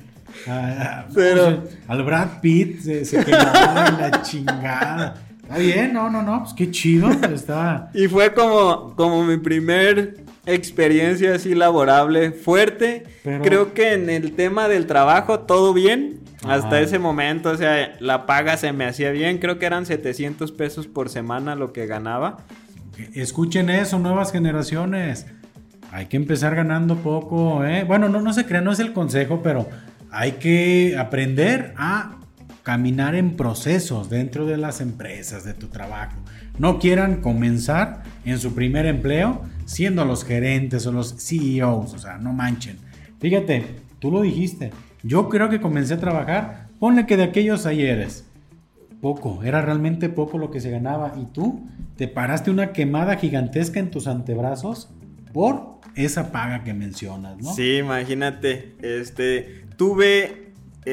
Pero al Brad Pitt se quedó en la chingada. Está bien, no, pues qué chido está. Y fue como mi primer experiencia así laborable fuerte. Pero... creo que en el tema del trabajo todo bien. Hasta ese momento, o sea, la paga se me hacía bien. Creo que eran 700 pesos por semana lo que ganaba. Escuchen eso, nuevas generaciones. Hay que empezar ganando poco, ¿eh? Bueno, no se crean, no es el consejo, pero hay que aprender a caminar en procesos dentro de las empresas, de tu trabajo. No quieran comenzar en su primer empleo siendo los gerentes o los CEOs, o sea, no manchen. Fíjate, tú lo dijiste, yo creo que comencé a trabajar, ponle que de aquellos ayeres, poco, era realmente poco lo que se ganaba y tú te paraste una quemada gigantesca en tus antebrazos por esa paga que mencionas, ¿no? Sí, imagínate, tuve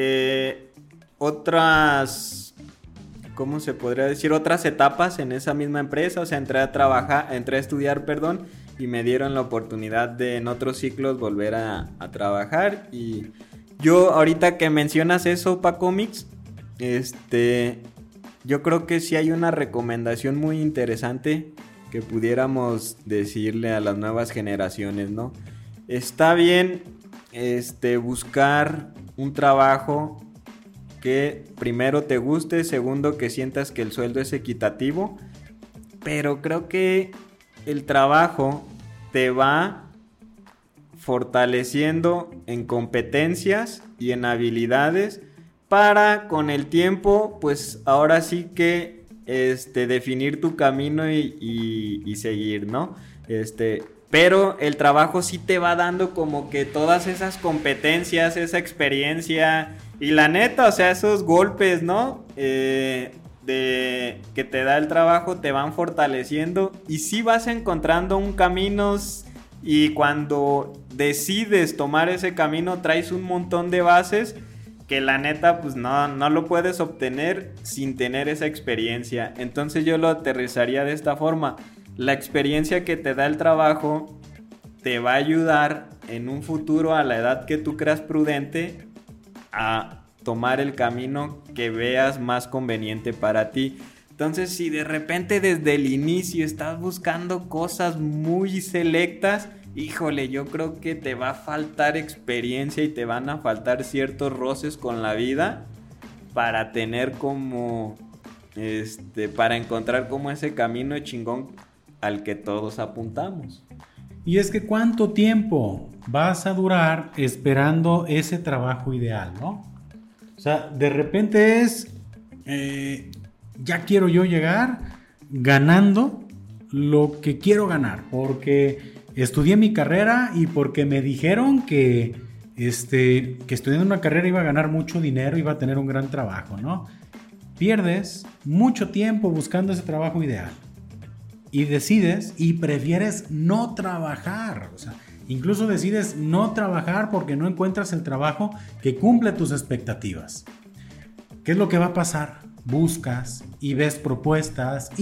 otras, ¿cómo se podría decir? Otras etapas en esa misma empresa, o sea, entré a estudiar, y me dieron la oportunidad de en otros ciclos volver a trabajar. Y yo, ahorita que mencionas eso, Pacomics, yo creo que sí hay una recomendación muy interesante que pudiéramos decirle a las nuevas generaciones, ¿no? Está bien, buscar un trabajo que primero te guste, segundo que sientas que el sueldo es equitativo, pero creo que el trabajo te va fortaleciendo en competencias y en habilidades para con el tiempo, pues ahora sí que definir tu camino y seguir, ¿no? Pero el trabajo sí te va dando como que todas esas competencias, esa experiencia y la neta, o sea, esos golpes, ¿no? Que te da el trabajo te van fortaleciendo y sí vas encontrando un camino y cuando decides tomar ese camino traes un montón de bases que la neta pues no lo puedes obtener sin tener esa experiencia. Entonces yo lo aterrizaría de esta forma. La experiencia que te da el trabajo te va a ayudar en un futuro, a la edad que tú creas prudente, a tomar el camino que veas más conveniente para ti. Entonces, si de repente desde el inicio estás buscando cosas muy selectas, híjole, yo creo que te va a faltar experiencia y te van a faltar ciertos roces con la vida para tener como, para encontrar como ese camino chingón al que todos apuntamos. Y es que ¿cuánto tiempo vas a durar esperando ese trabajo ideal, no? O sea, de repente ya quiero yo llegar ganando lo que quiero ganar, porque estudié mi carrera y porque me dijeron que estudiando una carrera iba a ganar mucho dinero, iba a tener un gran trabajo, ¿no? Pierdes mucho tiempo buscando ese trabajo ideal y decides y prefieres no trabajar, o sea, incluso decides no trabajar porque no encuentras el trabajo que cumple tus expectativas. ¿Qué es lo que va a pasar? Buscas y ves propuestas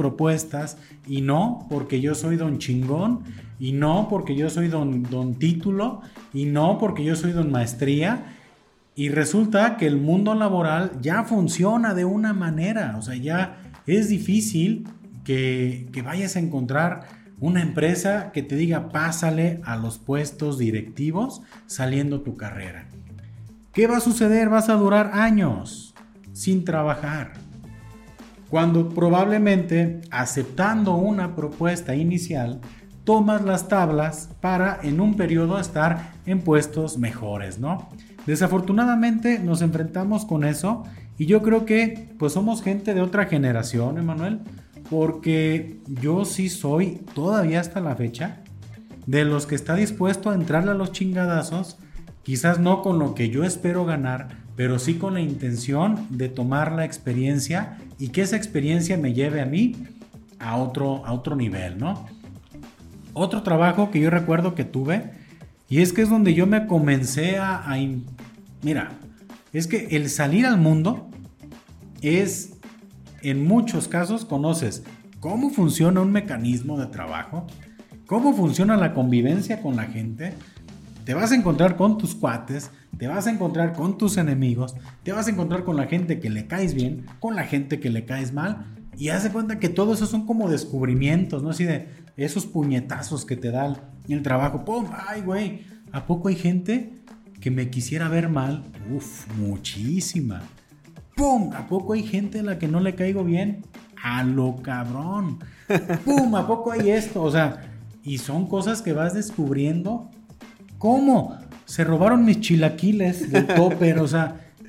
y no porque yo soy don chingón y no porque yo soy don título y no porque yo soy don maestría y resulta que el mundo laboral ya funciona de una manera, o sea, ya es difícil que vayas a encontrar una empresa que te diga pásale a los puestos directivos saliendo tu carrera. ¿Qué va a suceder? Vas a durar años sin trabajar, cuando probablemente aceptando una propuesta inicial tomas las tablas para en un periodo estar en puestos mejores, ¿no? Desafortunadamente nos enfrentamos con eso y yo creo que pues somos gente de otra generación, Emanuel, porque yo sí soy todavía hasta la fecha de los que está dispuesto a entrarle a los chingadazos, quizás no con lo que yo espero ganar, pero sí con la intención de tomar la experiencia y que esa experiencia me lleve a mí a otro nivel, ¿no? Otro trabajo que yo recuerdo que tuve, y es que es donde yo me comencé mira, es que el salir al mundo es, en muchos casos, conoces cómo funciona un mecanismo de trabajo, cómo funciona la convivencia con la gente, te vas a encontrar con tus cuates, te vas a encontrar con tus enemigos, te vas a encontrar con la gente que le caes bien, con la gente que le caes mal, y haz de cuenta que todo eso son como descubrimientos, ¿no? Así de esos puñetazos que te da el trabajo. ¡Pum! ¡Ay, güey! ¿A poco hay gente que me quisiera ver mal? ¡Uf! Muchísima. ¡Pum! ¿A poco hay gente a la que no le caigo bien? ¡A lo cabrón! ¡Pum! ¿A poco hay esto? O sea, y son cosas que vas descubriendo. ¿Cómo? Se robaron mis chilaquiles del topper, o sea,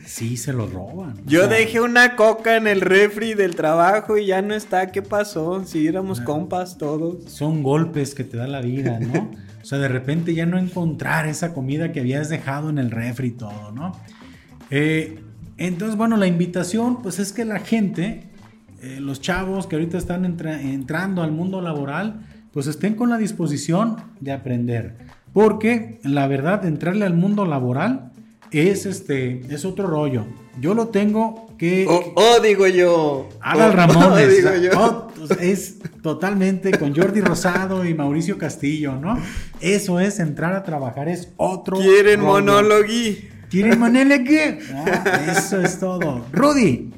Sí, se lo roban. Yo dejé una coca en el refri del trabajo y ya no está. ¿Qué pasó? Si éramos compas todos. Son golpes que te da la vida, ¿no? O sea, de repente ya no encontrar esa comida que habías dejado en el refri y todo, ¿no? Entonces, bueno, la invitación, pues es que la gente, los chavos que ahorita están entrando al mundo laboral, pues estén con la disposición de aprender. Porque, la verdad, entrarle al mundo laboral es otro rollo. Yo lo tengo que... digo yo. Adal Ramones. Digo yo. Es totalmente con Jordi Rosado y Mauricio Castillo, ¿no? Eso es entrar a trabajar, es otro ¿Quieren rollo. monólogui? ¿Quieren monólogo? Eso es todo. Rudy.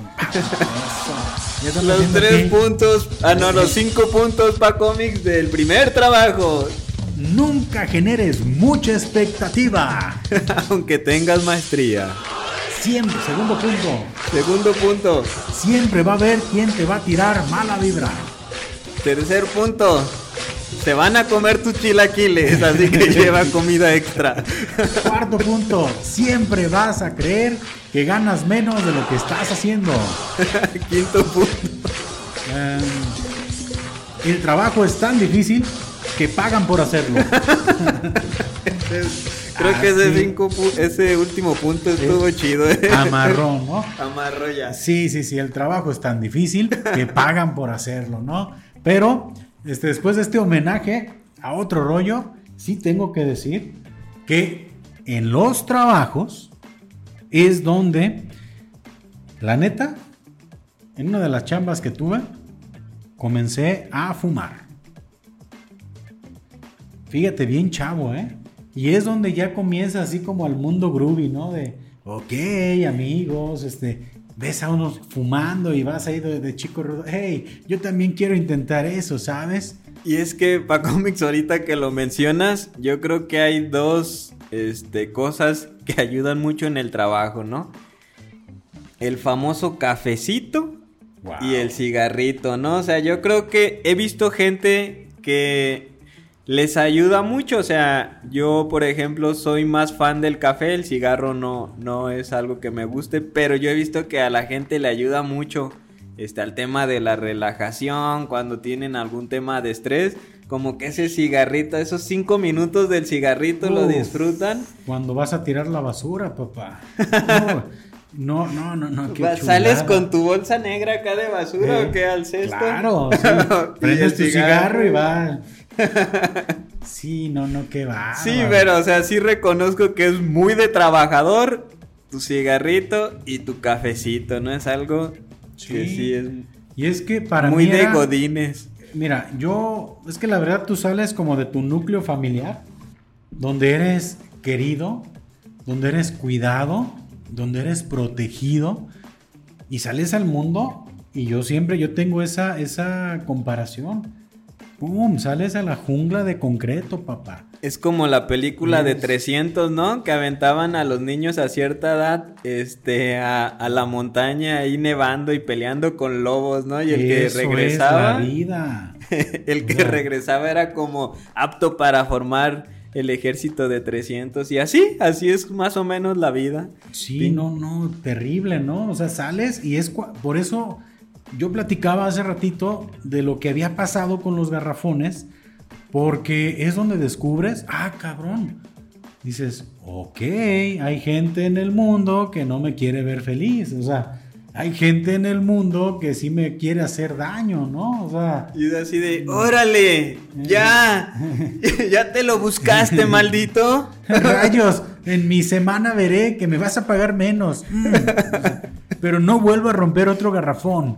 Eso. Los 3 puntos, los 5 puntos para cómics del primer trabajo. Nunca generes mucha expectativa. Aunque tengas maestría. Siempre, Segundo punto. Siempre va a haber quien te va a tirar mala vibra. Tercer punto. Se van a comer tus chilaquiles, así que lleva comida extra. Cuarto punto. Siempre vas a creer que ganas menos de lo que estás haciendo. Quinto punto. El trabajo es tan difícil que pagan por hacerlo. Creo que ese último punto estuvo chido. Amarró, ¿no? Amarró ya. Sí, el trabajo es tan difícil que pagan por hacerlo, ¿no? Pero después de este homenaje a otro rollo, sí tengo que decir que en los trabajos es donde, la neta, en una de las chambas que tuve, comencé a fumar. Fíjate, bien chavo, ¿eh? Y es donde ya comienza así como al mundo groovy, ¿no? De, ok, amigos, ves a unos fumando y vas ahí de chico rudo. Hey, yo también quiero intentar eso, ¿sabes? Y es que, pa' cómics, ahorita que lo mencionas, yo creo que hay dos cosas que ayudan mucho en el trabajo, ¿no? El famoso cafecito. Wow. Y el cigarrito, ¿no? O sea, yo creo que he visto gente que les ayuda mucho. O sea, yo, por ejemplo, soy más fan del café. El cigarro no es algo que me guste, pero yo he visto que a la gente le ayuda mucho al tema de la relajación, cuando tienen algún tema de estrés, como que ese cigarrito, esos 5 minutos del cigarrito lo disfrutan. Cuando vas a tirar la basura, papá. No, qué ¿Sales con tu bolsa negra acá de basura o qué al cesto? Claro, sí. Prendes tu cigarro y va. Sí, qué va. Sí, pero, o sea, sí reconozco que es muy de trabajador tu cigarrito y tu cafecito, ¿no? Es algo que sí es... Y es que para muy mí de godines. Mira, es que la verdad tú sales como de tu núcleo familiar, donde eres querido, donde eres cuidado, donde eres protegido, y sales al mundo y yo tengo esa comparación. ¡Pum! Sales a la jungla de concreto, papá. Es como la película de 300, ¿no? Que aventaban a los niños a cierta edad a la montaña ahí nevando y peleando con lobos, ¿no? Y el que regresaba... Es la vida. El que regresaba era como apto para formar el ejército de 300 y así es más o menos la vida. Sí, terrible, ¿no? O sea, sales y por eso yo platicaba hace ratito de lo que había pasado con los garrafones, porque es donde descubres, cabrón, dices, ok, hay gente en el mundo que no me quiere ver feliz, o sea, hay gente en el mundo que sí me quiere hacer daño, ¿no? O sea... Y así de, ¡órale! ¡Ya! ¿Ya te lo buscaste, maldito? Rayos, en mi semana veré que me vas a pagar menos. Pero no vuelvo a romper otro garrafón.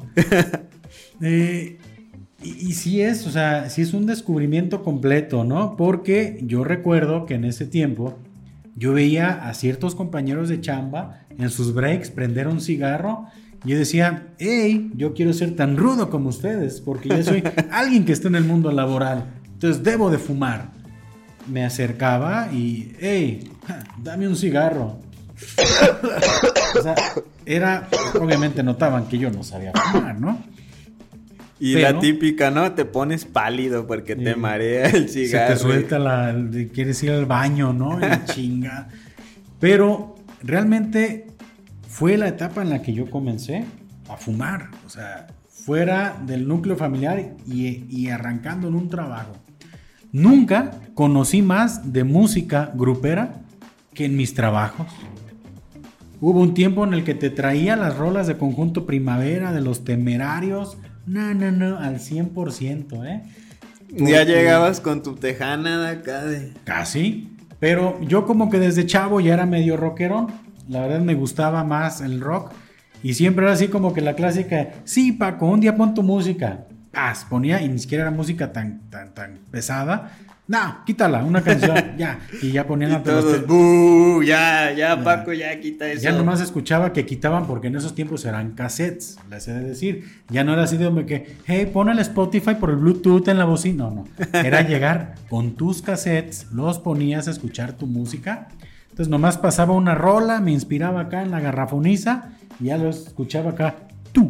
Y sí es, o sea, sí es un descubrimiento completo, ¿no? Porque yo recuerdo que en ese tiempo yo veía a ciertos compañeros de chamba en sus breaks prender un cigarro. Y yo decía, hey, yo quiero ser tan rudo como ustedes, porque yo soy alguien que está en el mundo laboral, entonces debo de fumar. Me acercaba y, hey, dame un cigarro. O sea, obviamente notaban que yo no sabía fumar, ¿no? Y la típica, ¿no? Te pones pálido porque te marea el cigarro. Se te suelta quieres ir al baño, ¿no? Y chinga. Pero realmente fue la etapa en la que yo comencé a fumar, o sea, fuera del núcleo familiar y arrancando en un trabajo. Nunca conocí más de música grupera que en mis trabajos. Hubo un tiempo en el que te traía las rolas de Conjunto Primavera, de Los Temerarios, no, al 100%, ¿eh? Ya llegabas con tu tejana de acá de... Casi, pero yo como que desde chavo ya era medio rockerón, la verdad me gustaba más el rock, y siempre era así como que la clásica, sí Paco, un día pon tu música, ponía, y ni siquiera era música tan pesada, no, quítala, una canción, ya, y ya ponían a todos, ya, Paco, ya quita eso. Ya nomás escuchaba que quitaban, porque en esos tiempos eran cassettes, les he de decir, ya no era así de que, hey, pon el Spotify por el Bluetooth en la bocina, no, era llegar con tus cassettes, los ponías a escuchar tu música, entonces nomás pasaba una rola, me inspiraba acá en la garrafoniza, y ya lo escuchaba acá, tú,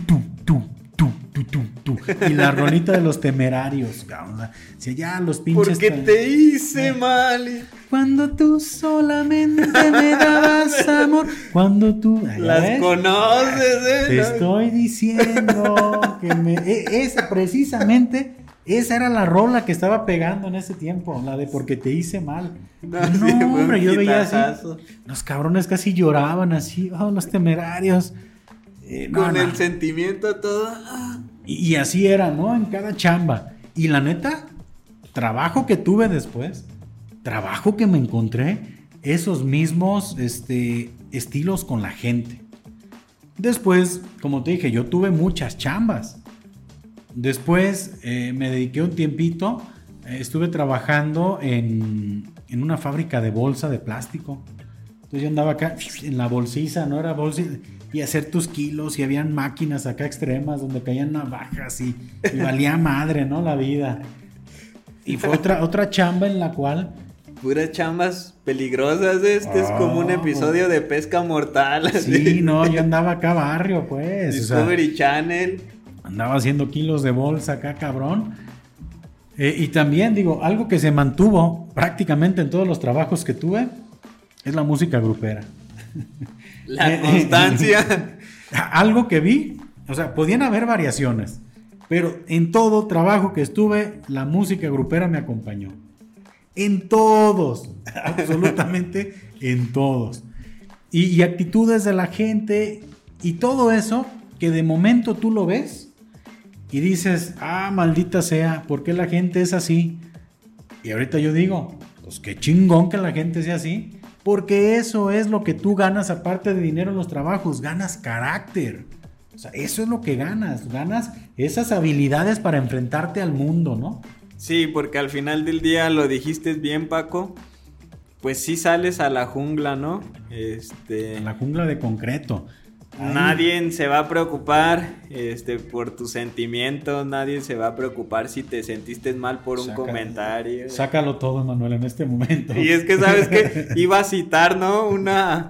y la rolita de Los Temerarios, cabrón. Si ya los pinches. Porque te hice mal. Cuando tú solamente me dabas amor. Cuando tú. Las ¿ves? Conoces, Te estoy diciendo que esa precisamente. Esa era la rola que estaba pegando en ese tiempo, la de Porque te hice mal. No, sí, hombre, yo veía así. Los cabrones casi lloraban así, Los Temerarios. Con el sentimiento todo. Y así era, ¿no? En cada chamba. Y la neta, trabajo que tuve después, trabajo que me encontré, esos mismos estilos con la gente. Después, como te dije, yo tuve muchas chambas. Después me dediqué un tiempito, estuve trabajando en una fábrica de bolsa de plástico. Entonces yo andaba acá en la bolsiza, ¿no? Era bolsiza, y hacer tus kilos, y habían máquinas acá extremas donde caían navajas y valía madre, ¿no? La vida. Y fue otra chamba en la cual... Puras chambas peligrosas, es como un episodio de Pesca Mortal. Así. Sí, no, yo andaba acá barrio, pues. Discovery Channel. Andaba haciendo kilos de bolsa acá, cabrón. Y también, digo, algo que se mantuvo prácticamente en todos los trabajos que tuve es la música grupera. La constancia. Algo que vi, o sea, podían haber variaciones, pero en todo trabajo que estuve, la música grupera me acompañó. En todos, absolutamente en todos. Y actitudes de la gente y todo eso que de momento tú lo ves y dices, maldita sea, ¿por qué la gente es así? Y ahorita yo digo, pues qué chingón que la gente sea así. Porque eso es lo que tú ganas, aparte de dinero en los trabajos, ganas carácter. O sea, eso es lo que ganas esas habilidades para enfrentarte al mundo, ¿no? Sí, porque al final del día, lo dijiste bien, Paco, pues sí sales a la jungla, ¿no? A la jungla de concreto. Nadie se va a preocupar por tus sentimientos, nadie se va a preocupar si te sentiste mal por un comentario. Sácalo todo, Manuel, en este momento. Y es que, ¿sabes qué? Iba a citar, ¿no? Una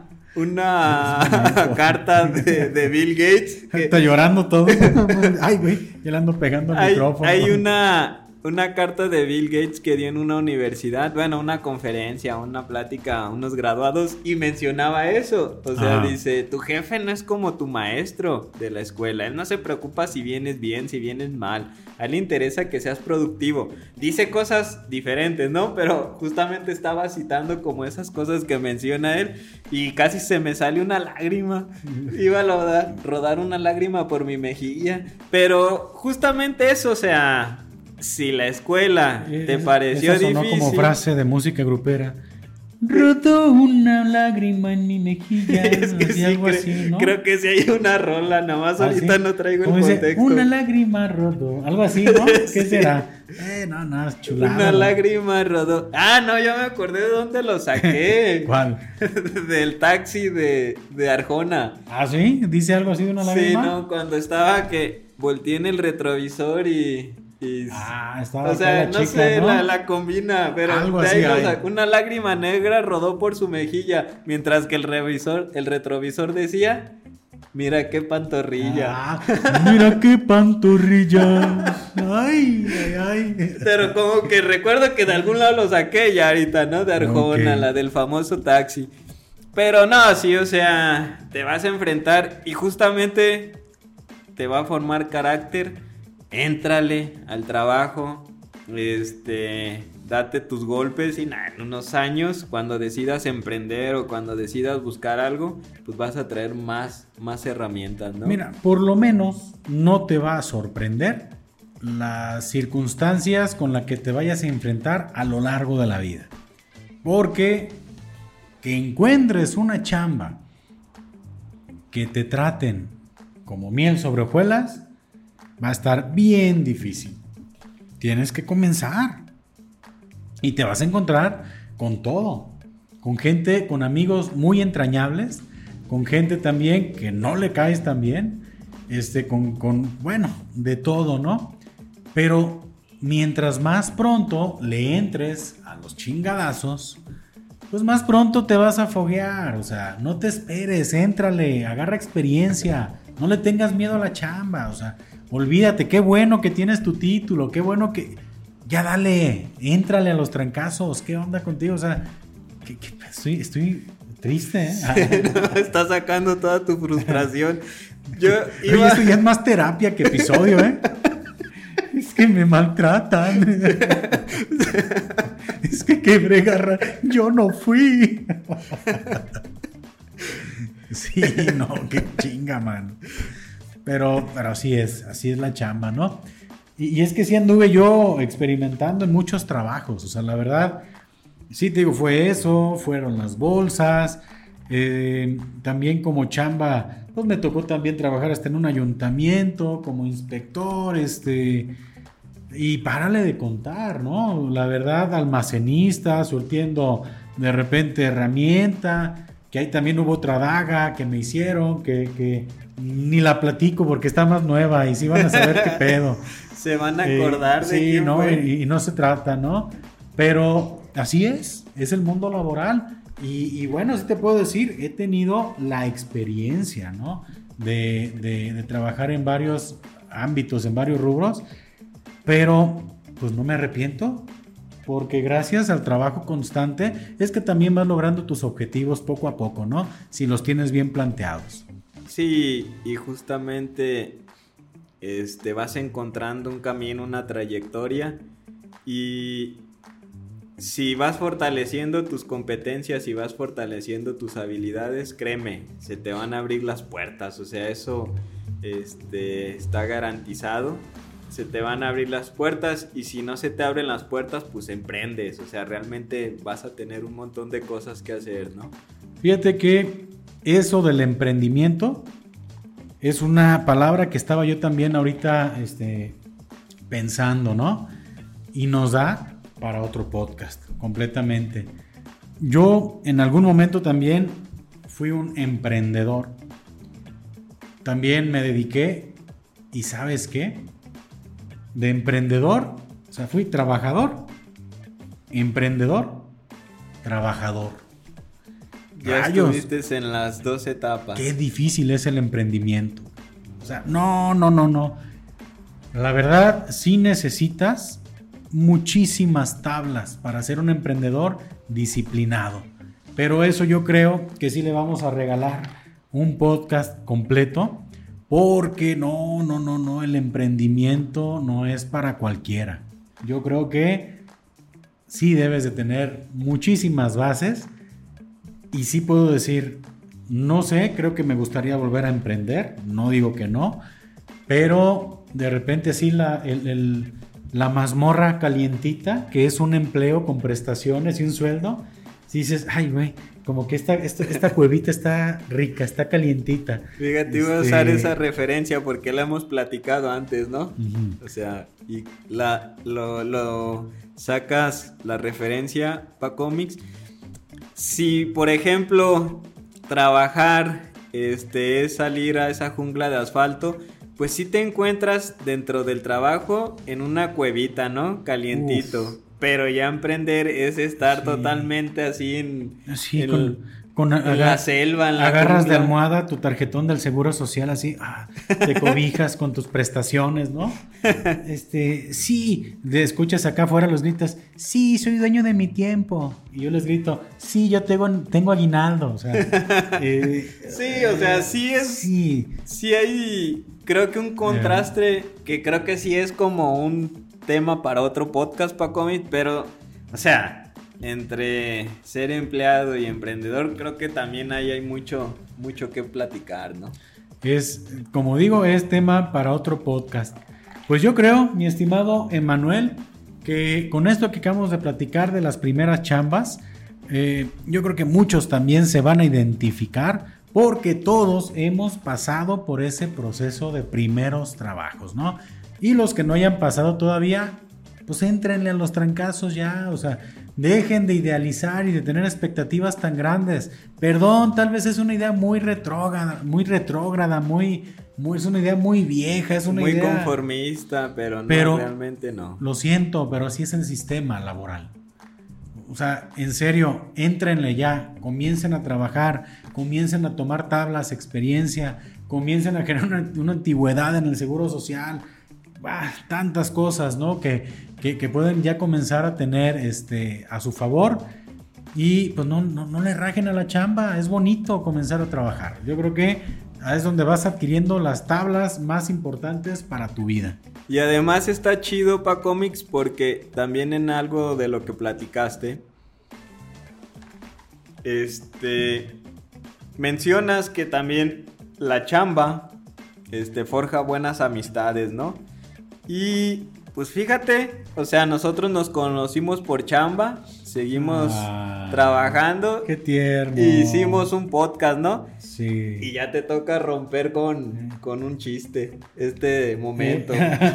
carta de Bill Gates. Está llorando todo. Ay, güey, ya le ando pegando el micrófono. Hay una carta de Bill Gates que dio en una universidad, bueno, una conferencia, una plática a unos graduados, y mencionaba eso. O sea, dice, tu jefe no es como tu maestro de la escuela. Él no se preocupa si vienes bien, si vienes mal. A él le interesa que seas productivo. Dice cosas diferentes, ¿no? Pero justamente estaba citando como esas cosas que menciona él, y casi se me sale una lágrima. Iba a rodar una lágrima por mi mejilla. Pero justamente eso, o sea... Si la escuela te pareció eso sonó difícil... como frase de música grupera. Rodó una lágrima en mi mejilla. Es que sí, algo así, ¿no? Creo que sí hay una rola, nada más ahorita ¿sí? no traigo el dice, contexto. Una lágrima rodó. Algo así, ¿no? ¿Qué Sí. será? No, es chulada. Una lágrima rodó. No, yo me acordé de dónde lo saqué. ¿Cuál? Del taxi de Arjona. ¿Sí? ¿Dice algo así de una lágrima? Sí, no, cuando estaba que volteé en el retrovisor y estaba o sea, la no chica, sé, ¿no? la combina, pero algo de ahí así una lágrima negra rodó por su mejilla, mientras que el retrovisor decía, mira qué pantorrilla. Mira qué pantorrilla. Ay. Pero como que recuerdo que de algún lado lo saqué ya ahorita, ¿no? De Arjona, la del famoso taxi. Pero no, sí, o sea, te vas a enfrentar y justamente te va a formar carácter. Éntrale al trabajo, date tus golpes y nada, en unos años, cuando decidas emprender o cuando decidas buscar algo, pues vas a traer más herramientas, ¿no? Mira, por lo menos no te va a sorprender las circunstancias con las que te vayas a enfrentar a lo largo de la vida. Porque que encuentres una chamba que te traten como miel sobre hojuelas va a estar bien difícil. Tienes que comenzar y te vas a encontrar con todo, con gente, con amigos muy entrañables, con gente también que no le caes tan bien, bueno, de todo, ¿no? Pero mientras más pronto le entres a los chingadazos, pues más pronto te vas a foguear. O sea, no te esperes, éntrale, agarra experiencia, no le tengas miedo a la chamba. O sea, olvídate, qué bueno que tienes tu título, qué bueno que... Ya dale, éntrale a los trancazos, ¿qué onda contigo? O sea, estoy triste, ¿eh? No, estás sacando toda tu frustración. Oye, esto ya es más terapia que episodio, ¿eh? Es que me maltratan. Es que quebré garra. Yo no fui. Sí, no, qué chinga, man. Pero así es la chamba, ¿no? Y es que sí anduve yo experimentando en muchos trabajos. O sea, la verdad, sí te digo, fue eso, fueron las bolsas. También como chamba, pues me tocó también trabajar hasta en un ayuntamiento como inspector, y párale de contar, ¿no? La verdad, almacenista, surtiendo de repente herramienta, que ahí también hubo otra daga que me hicieron, que ni la platico porque está más nueva y sí van a saber qué pedo. Se van a acordar de sí, quién ¿no? fue. Y no se trata, ¿no? Pero así es el mundo laboral. Y bueno, sí te puedo decir, he tenido la experiencia, ¿no? De trabajar en varios ámbitos, en varios rubros, pero pues no me arrepiento, porque gracias al trabajo constante es que también vas logrando tus objetivos poco a poco, ¿no? Si los tienes bien planteados. Sí, y justamente vas encontrando un camino, una trayectoria, y si vas fortaleciendo tus competencias y vas fortaleciendo tus habilidades, créeme, se te van a abrir las puertas. O sea, eso está garantizado. Se te van a abrir las puertas, y si no se te abren las puertas, pues emprendes. O sea, realmente vas a tener un montón de cosas que hacer, ¿no? Fíjate que eso del emprendimiento es una palabra que estaba yo también ahorita pensando, ¿no? Y nos da para otro podcast, completamente. Yo en algún momento también fui un emprendedor. También me dediqué, y ¿sabes qué? De emprendedor, o sea, fui trabajador, emprendedor, trabajador. Ya Rayos, estuviste en las dos etapas. qué difícil es el emprendimiento. O sea, no. La verdad, sí necesitas muchísimas tablas para ser un emprendedor disciplinado. Pero eso yo creo que sí le vamos a regalar un podcast completo, porque no, el emprendimiento no es para cualquiera. Yo creo que sí debes de tener muchísimas bases, y sí puedo decir, no sé, creo que me gustaría volver a emprender, no digo que no, pero de repente sí la mazmorra calientita, que es un empleo con prestaciones y un sueldo, si dices, ay güey, como que esta cuevita está rica, está calientita. Fíjate, iba a usar esa referencia porque la hemos platicado antes, ¿no? Uh-huh. O sea, y lo sacas la referencia para cómics. Si, por ejemplo, trabajar es salir a esa jungla de asfalto, pues sí te encuentras dentro del trabajo en una cuevita, ¿no? Calientito. Uf. Pero ya emprender es estar totalmente así la selva, en la agarras jungla. de almohada tu tarjetón del Seguro Social así, te cobijas con tus prestaciones, ¿no? Sí, escuchas acá afuera los gritos, sí, soy dueño de mi tiempo. Y yo les grito, sí, yo tengo aguinaldo, o sea. Sí, o sea, sí es... Sí hay, creo que un contraste que creo que sí es como un tema para otro podcast, Pacomix, pero, o sea... Entre ser empleado y emprendedor, creo que también ahí hay mucho que platicar, ¿no? Como digo, es tema para otro podcast. Pues yo creo, mi estimado Emanuel, que con esto que acabamos de platicar de las primeras chambas, yo creo que muchos también se van a identificar porque todos hemos pasado por ese proceso de primeros trabajos, ¿no? Y los que no hayan pasado todavía, pues éntrenle a los trancazos ya, o sea, dejen de idealizar y de tener expectativas tan grandes. Perdón, tal vez es una idea muy retrógrada, es una idea muy vieja, es una idea... Muy conformista, pero realmente no. Lo siento, pero así es el sistema laboral. O sea, en serio, éntrenle ya, comiencen a trabajar, comiencen a tomar tablas, experiencia, comiencen a generar una antigüedad en el Seguro Social, tantas cosas, ¿no? Que pueden ya comenzar a tener a su favor y pues no le rajen a la chamba, es bonito comenzar a trabajar. Yo creo que es donde vas adquiriendo las tablas más importantes para tu vida. Y además está chido, Pacomix, porque también en algo de lo que platicaste, mencionas que también la chamba forja buenas amistades, ¿no? Y pues fíjate, o sea, nosotros nos conocimos por chamba, seguimos trabajando. Qué tierno. Y hicimos un podcast, ¿no? Sí. Y ya te toca romper con un chiste este momento.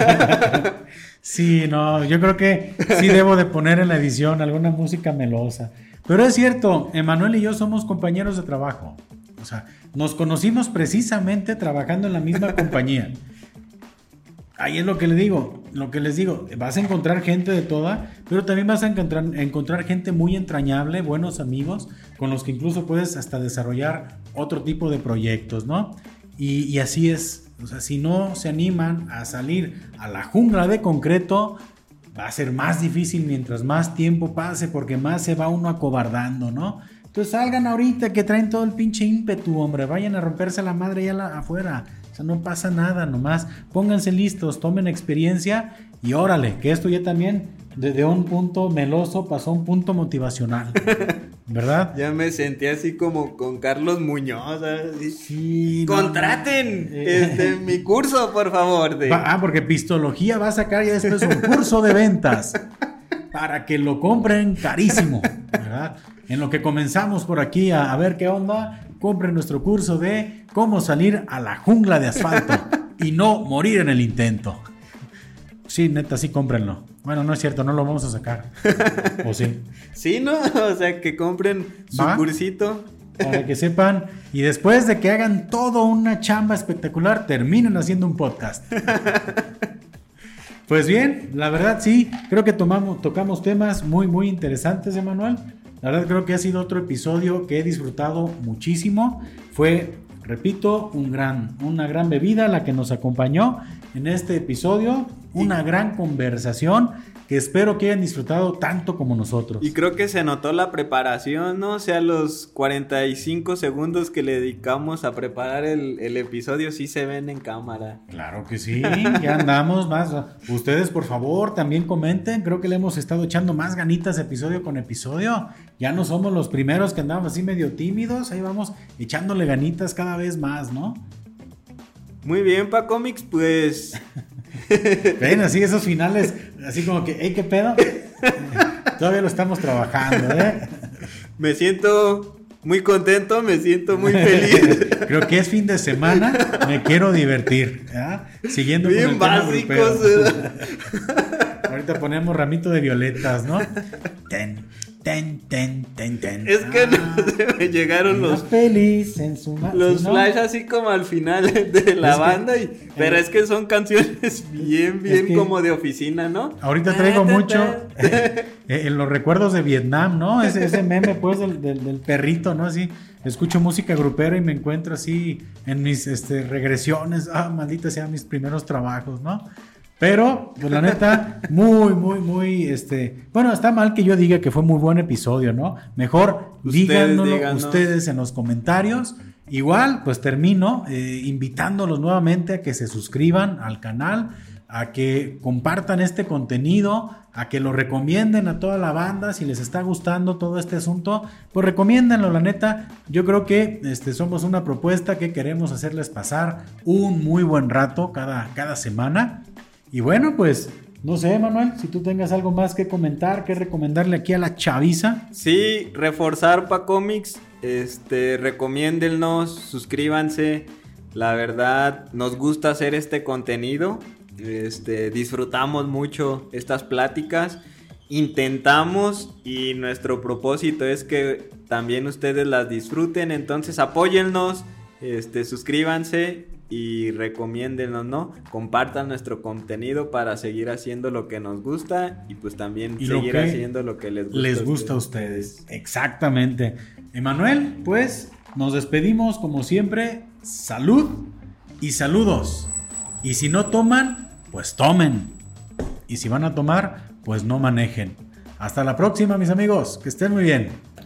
Sí, no, yo creo que sí debo de poner en la edición alguna música melosa. Pero es cierto, Emanuel y yo somos compañeros de trabajo. O sea, nos conocimos precisamente trabajando en la misma compañía. Ahí es lo que les digo, vas a encontrar gente de toda, pero también vas a encontrar gente muy entrañable, buenos amigos, con los que incluso puedes hasta desarrollar otro tipo de proyectos, ¿no? Y así es, o sea, si no se animan a salir a la jungla de concreto, va a ser más difícil mientras más tiempo pase, porque más se va uno acobardando, ¿no? Entonces salgan ahorita que traen todo el pinche ímpetu, hombre, vayan a romperse la madre ya afuera. O sea, no pasa nada, nomás pónganse listos, tomen experiencia y órale, que esto ya también desde un punto meloso pasó a un punto motivacional, ¿verdad? Ya me sentí así como con Carlos Muñoz, así. Sí. Contraten mi curso, por favor. Porque Pistología va a sacar ya después un curso de ventas para que lo compren carísimo, ¿verdad? En lo que comenzamos por aquí a ver qué onda, compren nuestro curso de cómo salir a la jungla de asfalto y no morir en el intento. Sí, neta, sí, cómprenlo. Bueno, no es cierto, no lo vamos a sacar. ¿O sí? Sí, ¿no? O sea, que compren su cursito. Para que sepan, y después de que hagan toda una chamba espectacular, terminen haciendo un podcast. Pues bien, la verdad sí, creo que tocamos temas muy, muy interesantes, Emanuel. La verdad creo que ha sido otro episodio que he disfrutado muchísimo. Fue, repito, una gran bebida la que nos acompañó en este episodio. Una gran conversación que espero que hayan disfrutado tanto como nosotros. Y creo que se notó la preparación, ¿no? O sea, los 45 segundos que le dedicamos a preparar el episodio sí se ven en cámara. Claro que sí, ya andamos más. Ustedes, por favor, también comenten. Creo que le hemos estado echando más ganitas episodio con episodio. Ya no somos los primeros que andamos así medio tímidos. Ahí vamos echándole ganitas cada vez más, ¿no? Muy bien, Pacomix, pues... Ven, así esos finales, así como que, ¿qué pedo? Todavía lo estamos trabajando, ¿eh? Me siento muy contento, me siento muy feliz. Creo que es fin de semana, me quiero divertir, ¿eh? Siguiendo bien con el básicos. Ahorita ponemos ramito de violetas, ¿no? Ten. Es que no me llegaron los feliz en su los ¿sí, no? flash así como al final de la banda pero es que son canciones bien que, como de oficina, ¿no? Ahorita traigo mucho en los recuerdos de Vietnam, ¿no? Ese meme pues del perrito, ¿no? Así escucho música grupera y me encuentro así en mis regresiones, maldita sea mis primeros trabajos, ¿no? Pero, pues la neta, muy, bueno, está mal que yo diga que fue muy buen episodio, ¿no? Mejor díganoslo ustedes en los comentarios. Igual, pues termino invitándolos nuevamente a que se suscriban al canal, a que compartan este contenido, a que lo recomienden a toda la banda. Si les está gustando todo este asunto, pues recomiéndenlo, la neta. Yo creo que somos una propuesta que queremos hacerles pasar un muy buen rato cada semana. Y bueno, pues, no sé, Manuel, si tú tengas algo más que comentar, que recomendarle aquí a la chaviza. Sí, reforzar Pacomics, recomiéndennos, suscríbanse. La verdad, nos gusta hacer este contenido. Disfrutamos mucho estas pláticas. Intentamos y nuestro propósito es que también ustedes las disfruten. Entonces, apóyennos, suscríbanse. Y recomiéndenos, ¿no? Compartan nuestro contenido para seguir haciendo lo que nos gusta y pues también seguir haciendo lo que les gusta a ustedes. Exactamente. Emanuel, pues nos despedimos como siempre. Salud y saludos. Y si no toman, pues tomen. Y si van a tomar, pues no manejen. Hasta la próxima, mis amigos. Que estén muy bien.